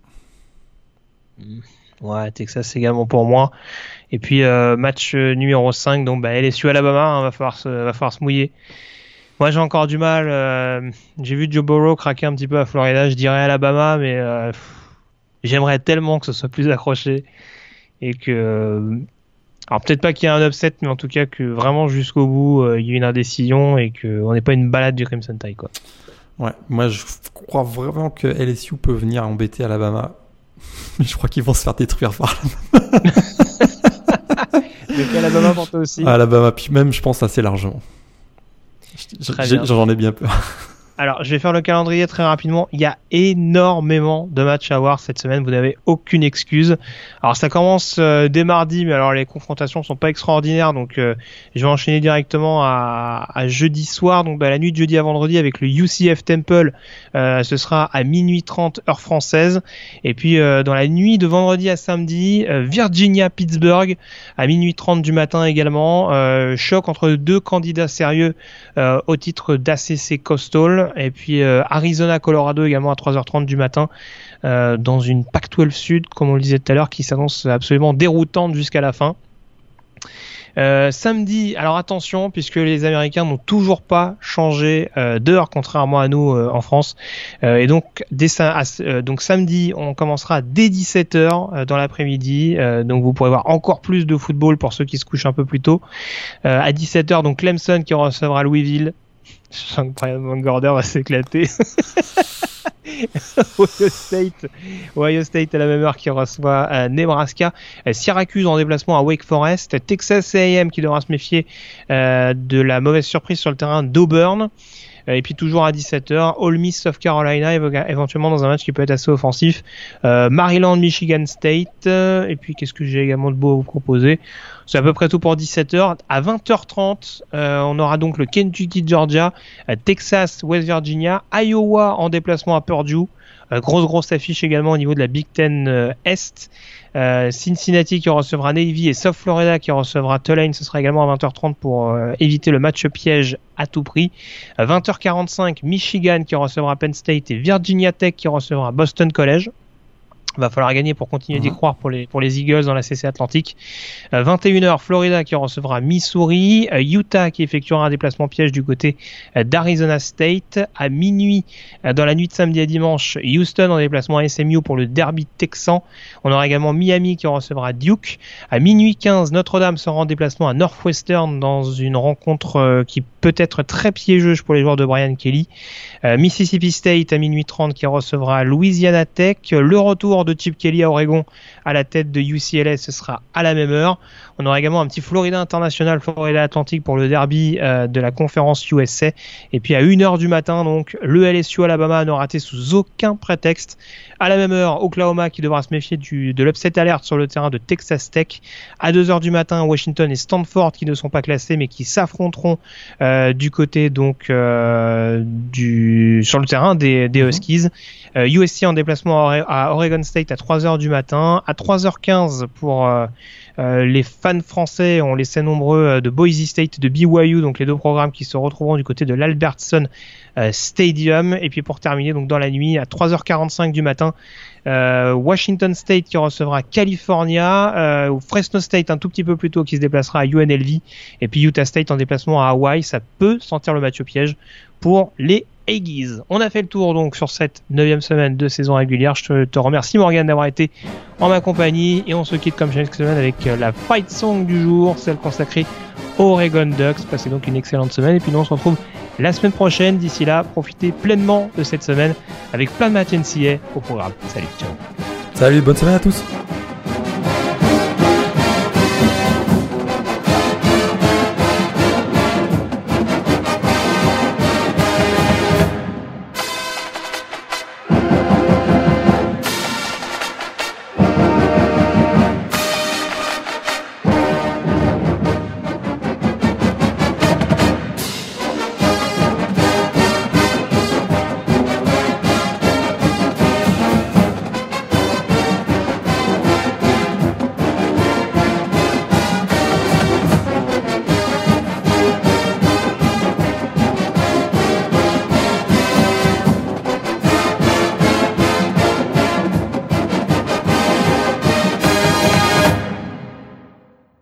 Ouais, Texas également pour moi. Et puis match numéro 5, donc LSU Alabama, va falloir se mouiller. Moi j'ai encore du mal. J'ai vu Joe Burrow craquer un petit peu à Florida, je dirais Alabama, mais j'aimerais tellement que ce soit plus accroché et que. Alors peut-être pas qu'il y ait un upset, mais en tout cas que vraiment jusqu'au bout il y ait une indécision et qu'on n'ait pas une balade du Crimson Tide, quoi.
Ouais, moi je crois vraiment que LSU peut venir embêter Alabama. Mais je crois qu'ils vont se faire détruire par Alabama.
Donc Alabama pour toi aussi.
Alabama, puis même je pense assez largement. J'en ai bien peur.
Alors, je vais faire le calendrier très rapidement. Il y a énormément de matchs à voir cette semaine. Vous n'avez aucune excuse. Alors, ça commence dès mardi, mais alors les confrontations sont pas extraordinaires. Donc, je vais enchaîner directement à jeudi soir. Donc, la nuit de jeudi à vendredi avec le UCF Temple. Ce sera à minuit 30 heure française. Et puis, dans la nuit de vendredi à samedi, Virginia-Pittsburgh à minuit 30 du matin également. Choc entre 2 candidats sérieux au titre d'ACC Coastal. Et puis Arizona-Colorado également à 3h30 du matin dans une Pac-12 Sud, comme on le disait tout à l'heure, qui s'annonce absolument déroutante jusqu'à la fin. Samedi, alors attention, puisque les Américains n'ont toujours pas changé d'heure, contrairement à nous en France. Et donc, donc samedi, on commencera dès 17h dans l'après-midi. Donc vous pourrez voir encore plus de football pour ceux qui se couchent un peu plus tôt. À 17h, donc Clemson qui recevra Louisville. Je sens que Brian Van Gorder va s'éclater. Ohio State à la même heure qui reçoit Nebraska. Syracuse en déplacement à Wake Forest. Texas A&M qui devra se méfier de la mauvaise surprise sur le terrain d'Auburn. Et puis toujours à 17h, Ole Miss South Carolina, éventuellement dans un match qui peut être assez offensif. Maryland Michigan State. Et puis qu'est-ce que j'ai également de beau à vous proposer? C'est à peu près tout pour 17h. À 20h30, on aura donc le Kentucky Georgia, Texas West Virginia, Iowa en déplacement à Purdue. Grosse affiche également au niveau de la Big Ten Est. Cincinnati qui recevra Navy et South Florida qui recevra Tulane, ce sera également à 20h30 pour éviter le match piège à tout prix. 20h45, Michigan qui recevra Penn State et Virginia Tech qui recevra Boston College. Va falloir gagner pour continuer d'y croire pour les Eagles dans la CC Atlantique. 21h, Florida qui recevra Missouri. Utah qui effectuera un déplacement piège du côté d'Arizona State. À minuit, dans la nuit de samedi à dimanche, Houston en déplacement à SMU pour le derby texan. On aura également Miami qui recevra Duke. À minuit 15, Notre-Dame sera en déplacement à Northwestern dans une rencontre qui peut être très piégeuse pour les joueurs de Brian Kelly. Mississippi State à minuit 30 qui recevra Louisiana Tech. Le retour de Chip Kelly à Oregon à la tête de UCLA, ce sera à la même heure. On aura également un petit Florida International, Florida Atlantique pour le derby de la conférence USA. Et puis à 1h du matin, donc le LSU Alabama à ne rater sous aucun prétexte. À la même heure, Oklahoma qui devra se méfier de l'upset alert sur le terrain de Texas Tech. À 2h du matin, Washington et Stanford qui ne sont pas classés mais qui s'affronteront du côté donc sur le terrain des Huskies. USC en déplacement à Oregon State à 3h du matin. À 3h15 pour les fans français, on les sait nombreux, de Boise State, de BYU, donc les deux programmes qui se retrouveront du côté de l'Albertson Stadium. Et puis pour terminer, donc dans la nuit, à 3h45 du matin, Washington State qui recevra California, Fresno State un tout petit peu plus tôt qui se déplacera à UNLV, et puis Utah State en déplacement à Hawaii. Ça peut sentir le match au piège pour les Aggies. On a fait le tour donc sur cette 9e semaine de saison régulière. Je te remercie Morgan d'avoir été en ma compagnie et on se quitte comme chaque semaine avec la fight song du jour, celle consacrée aux Oregon Ducks. Passez donc une excellente semaine et puis nous on se retrouve la semaine prochaine. D'ici là, profitez pleinement de cette semaine avec plein de matchs NCAA au programme. Salut, ciao.
Salut, bonne semaine à tous.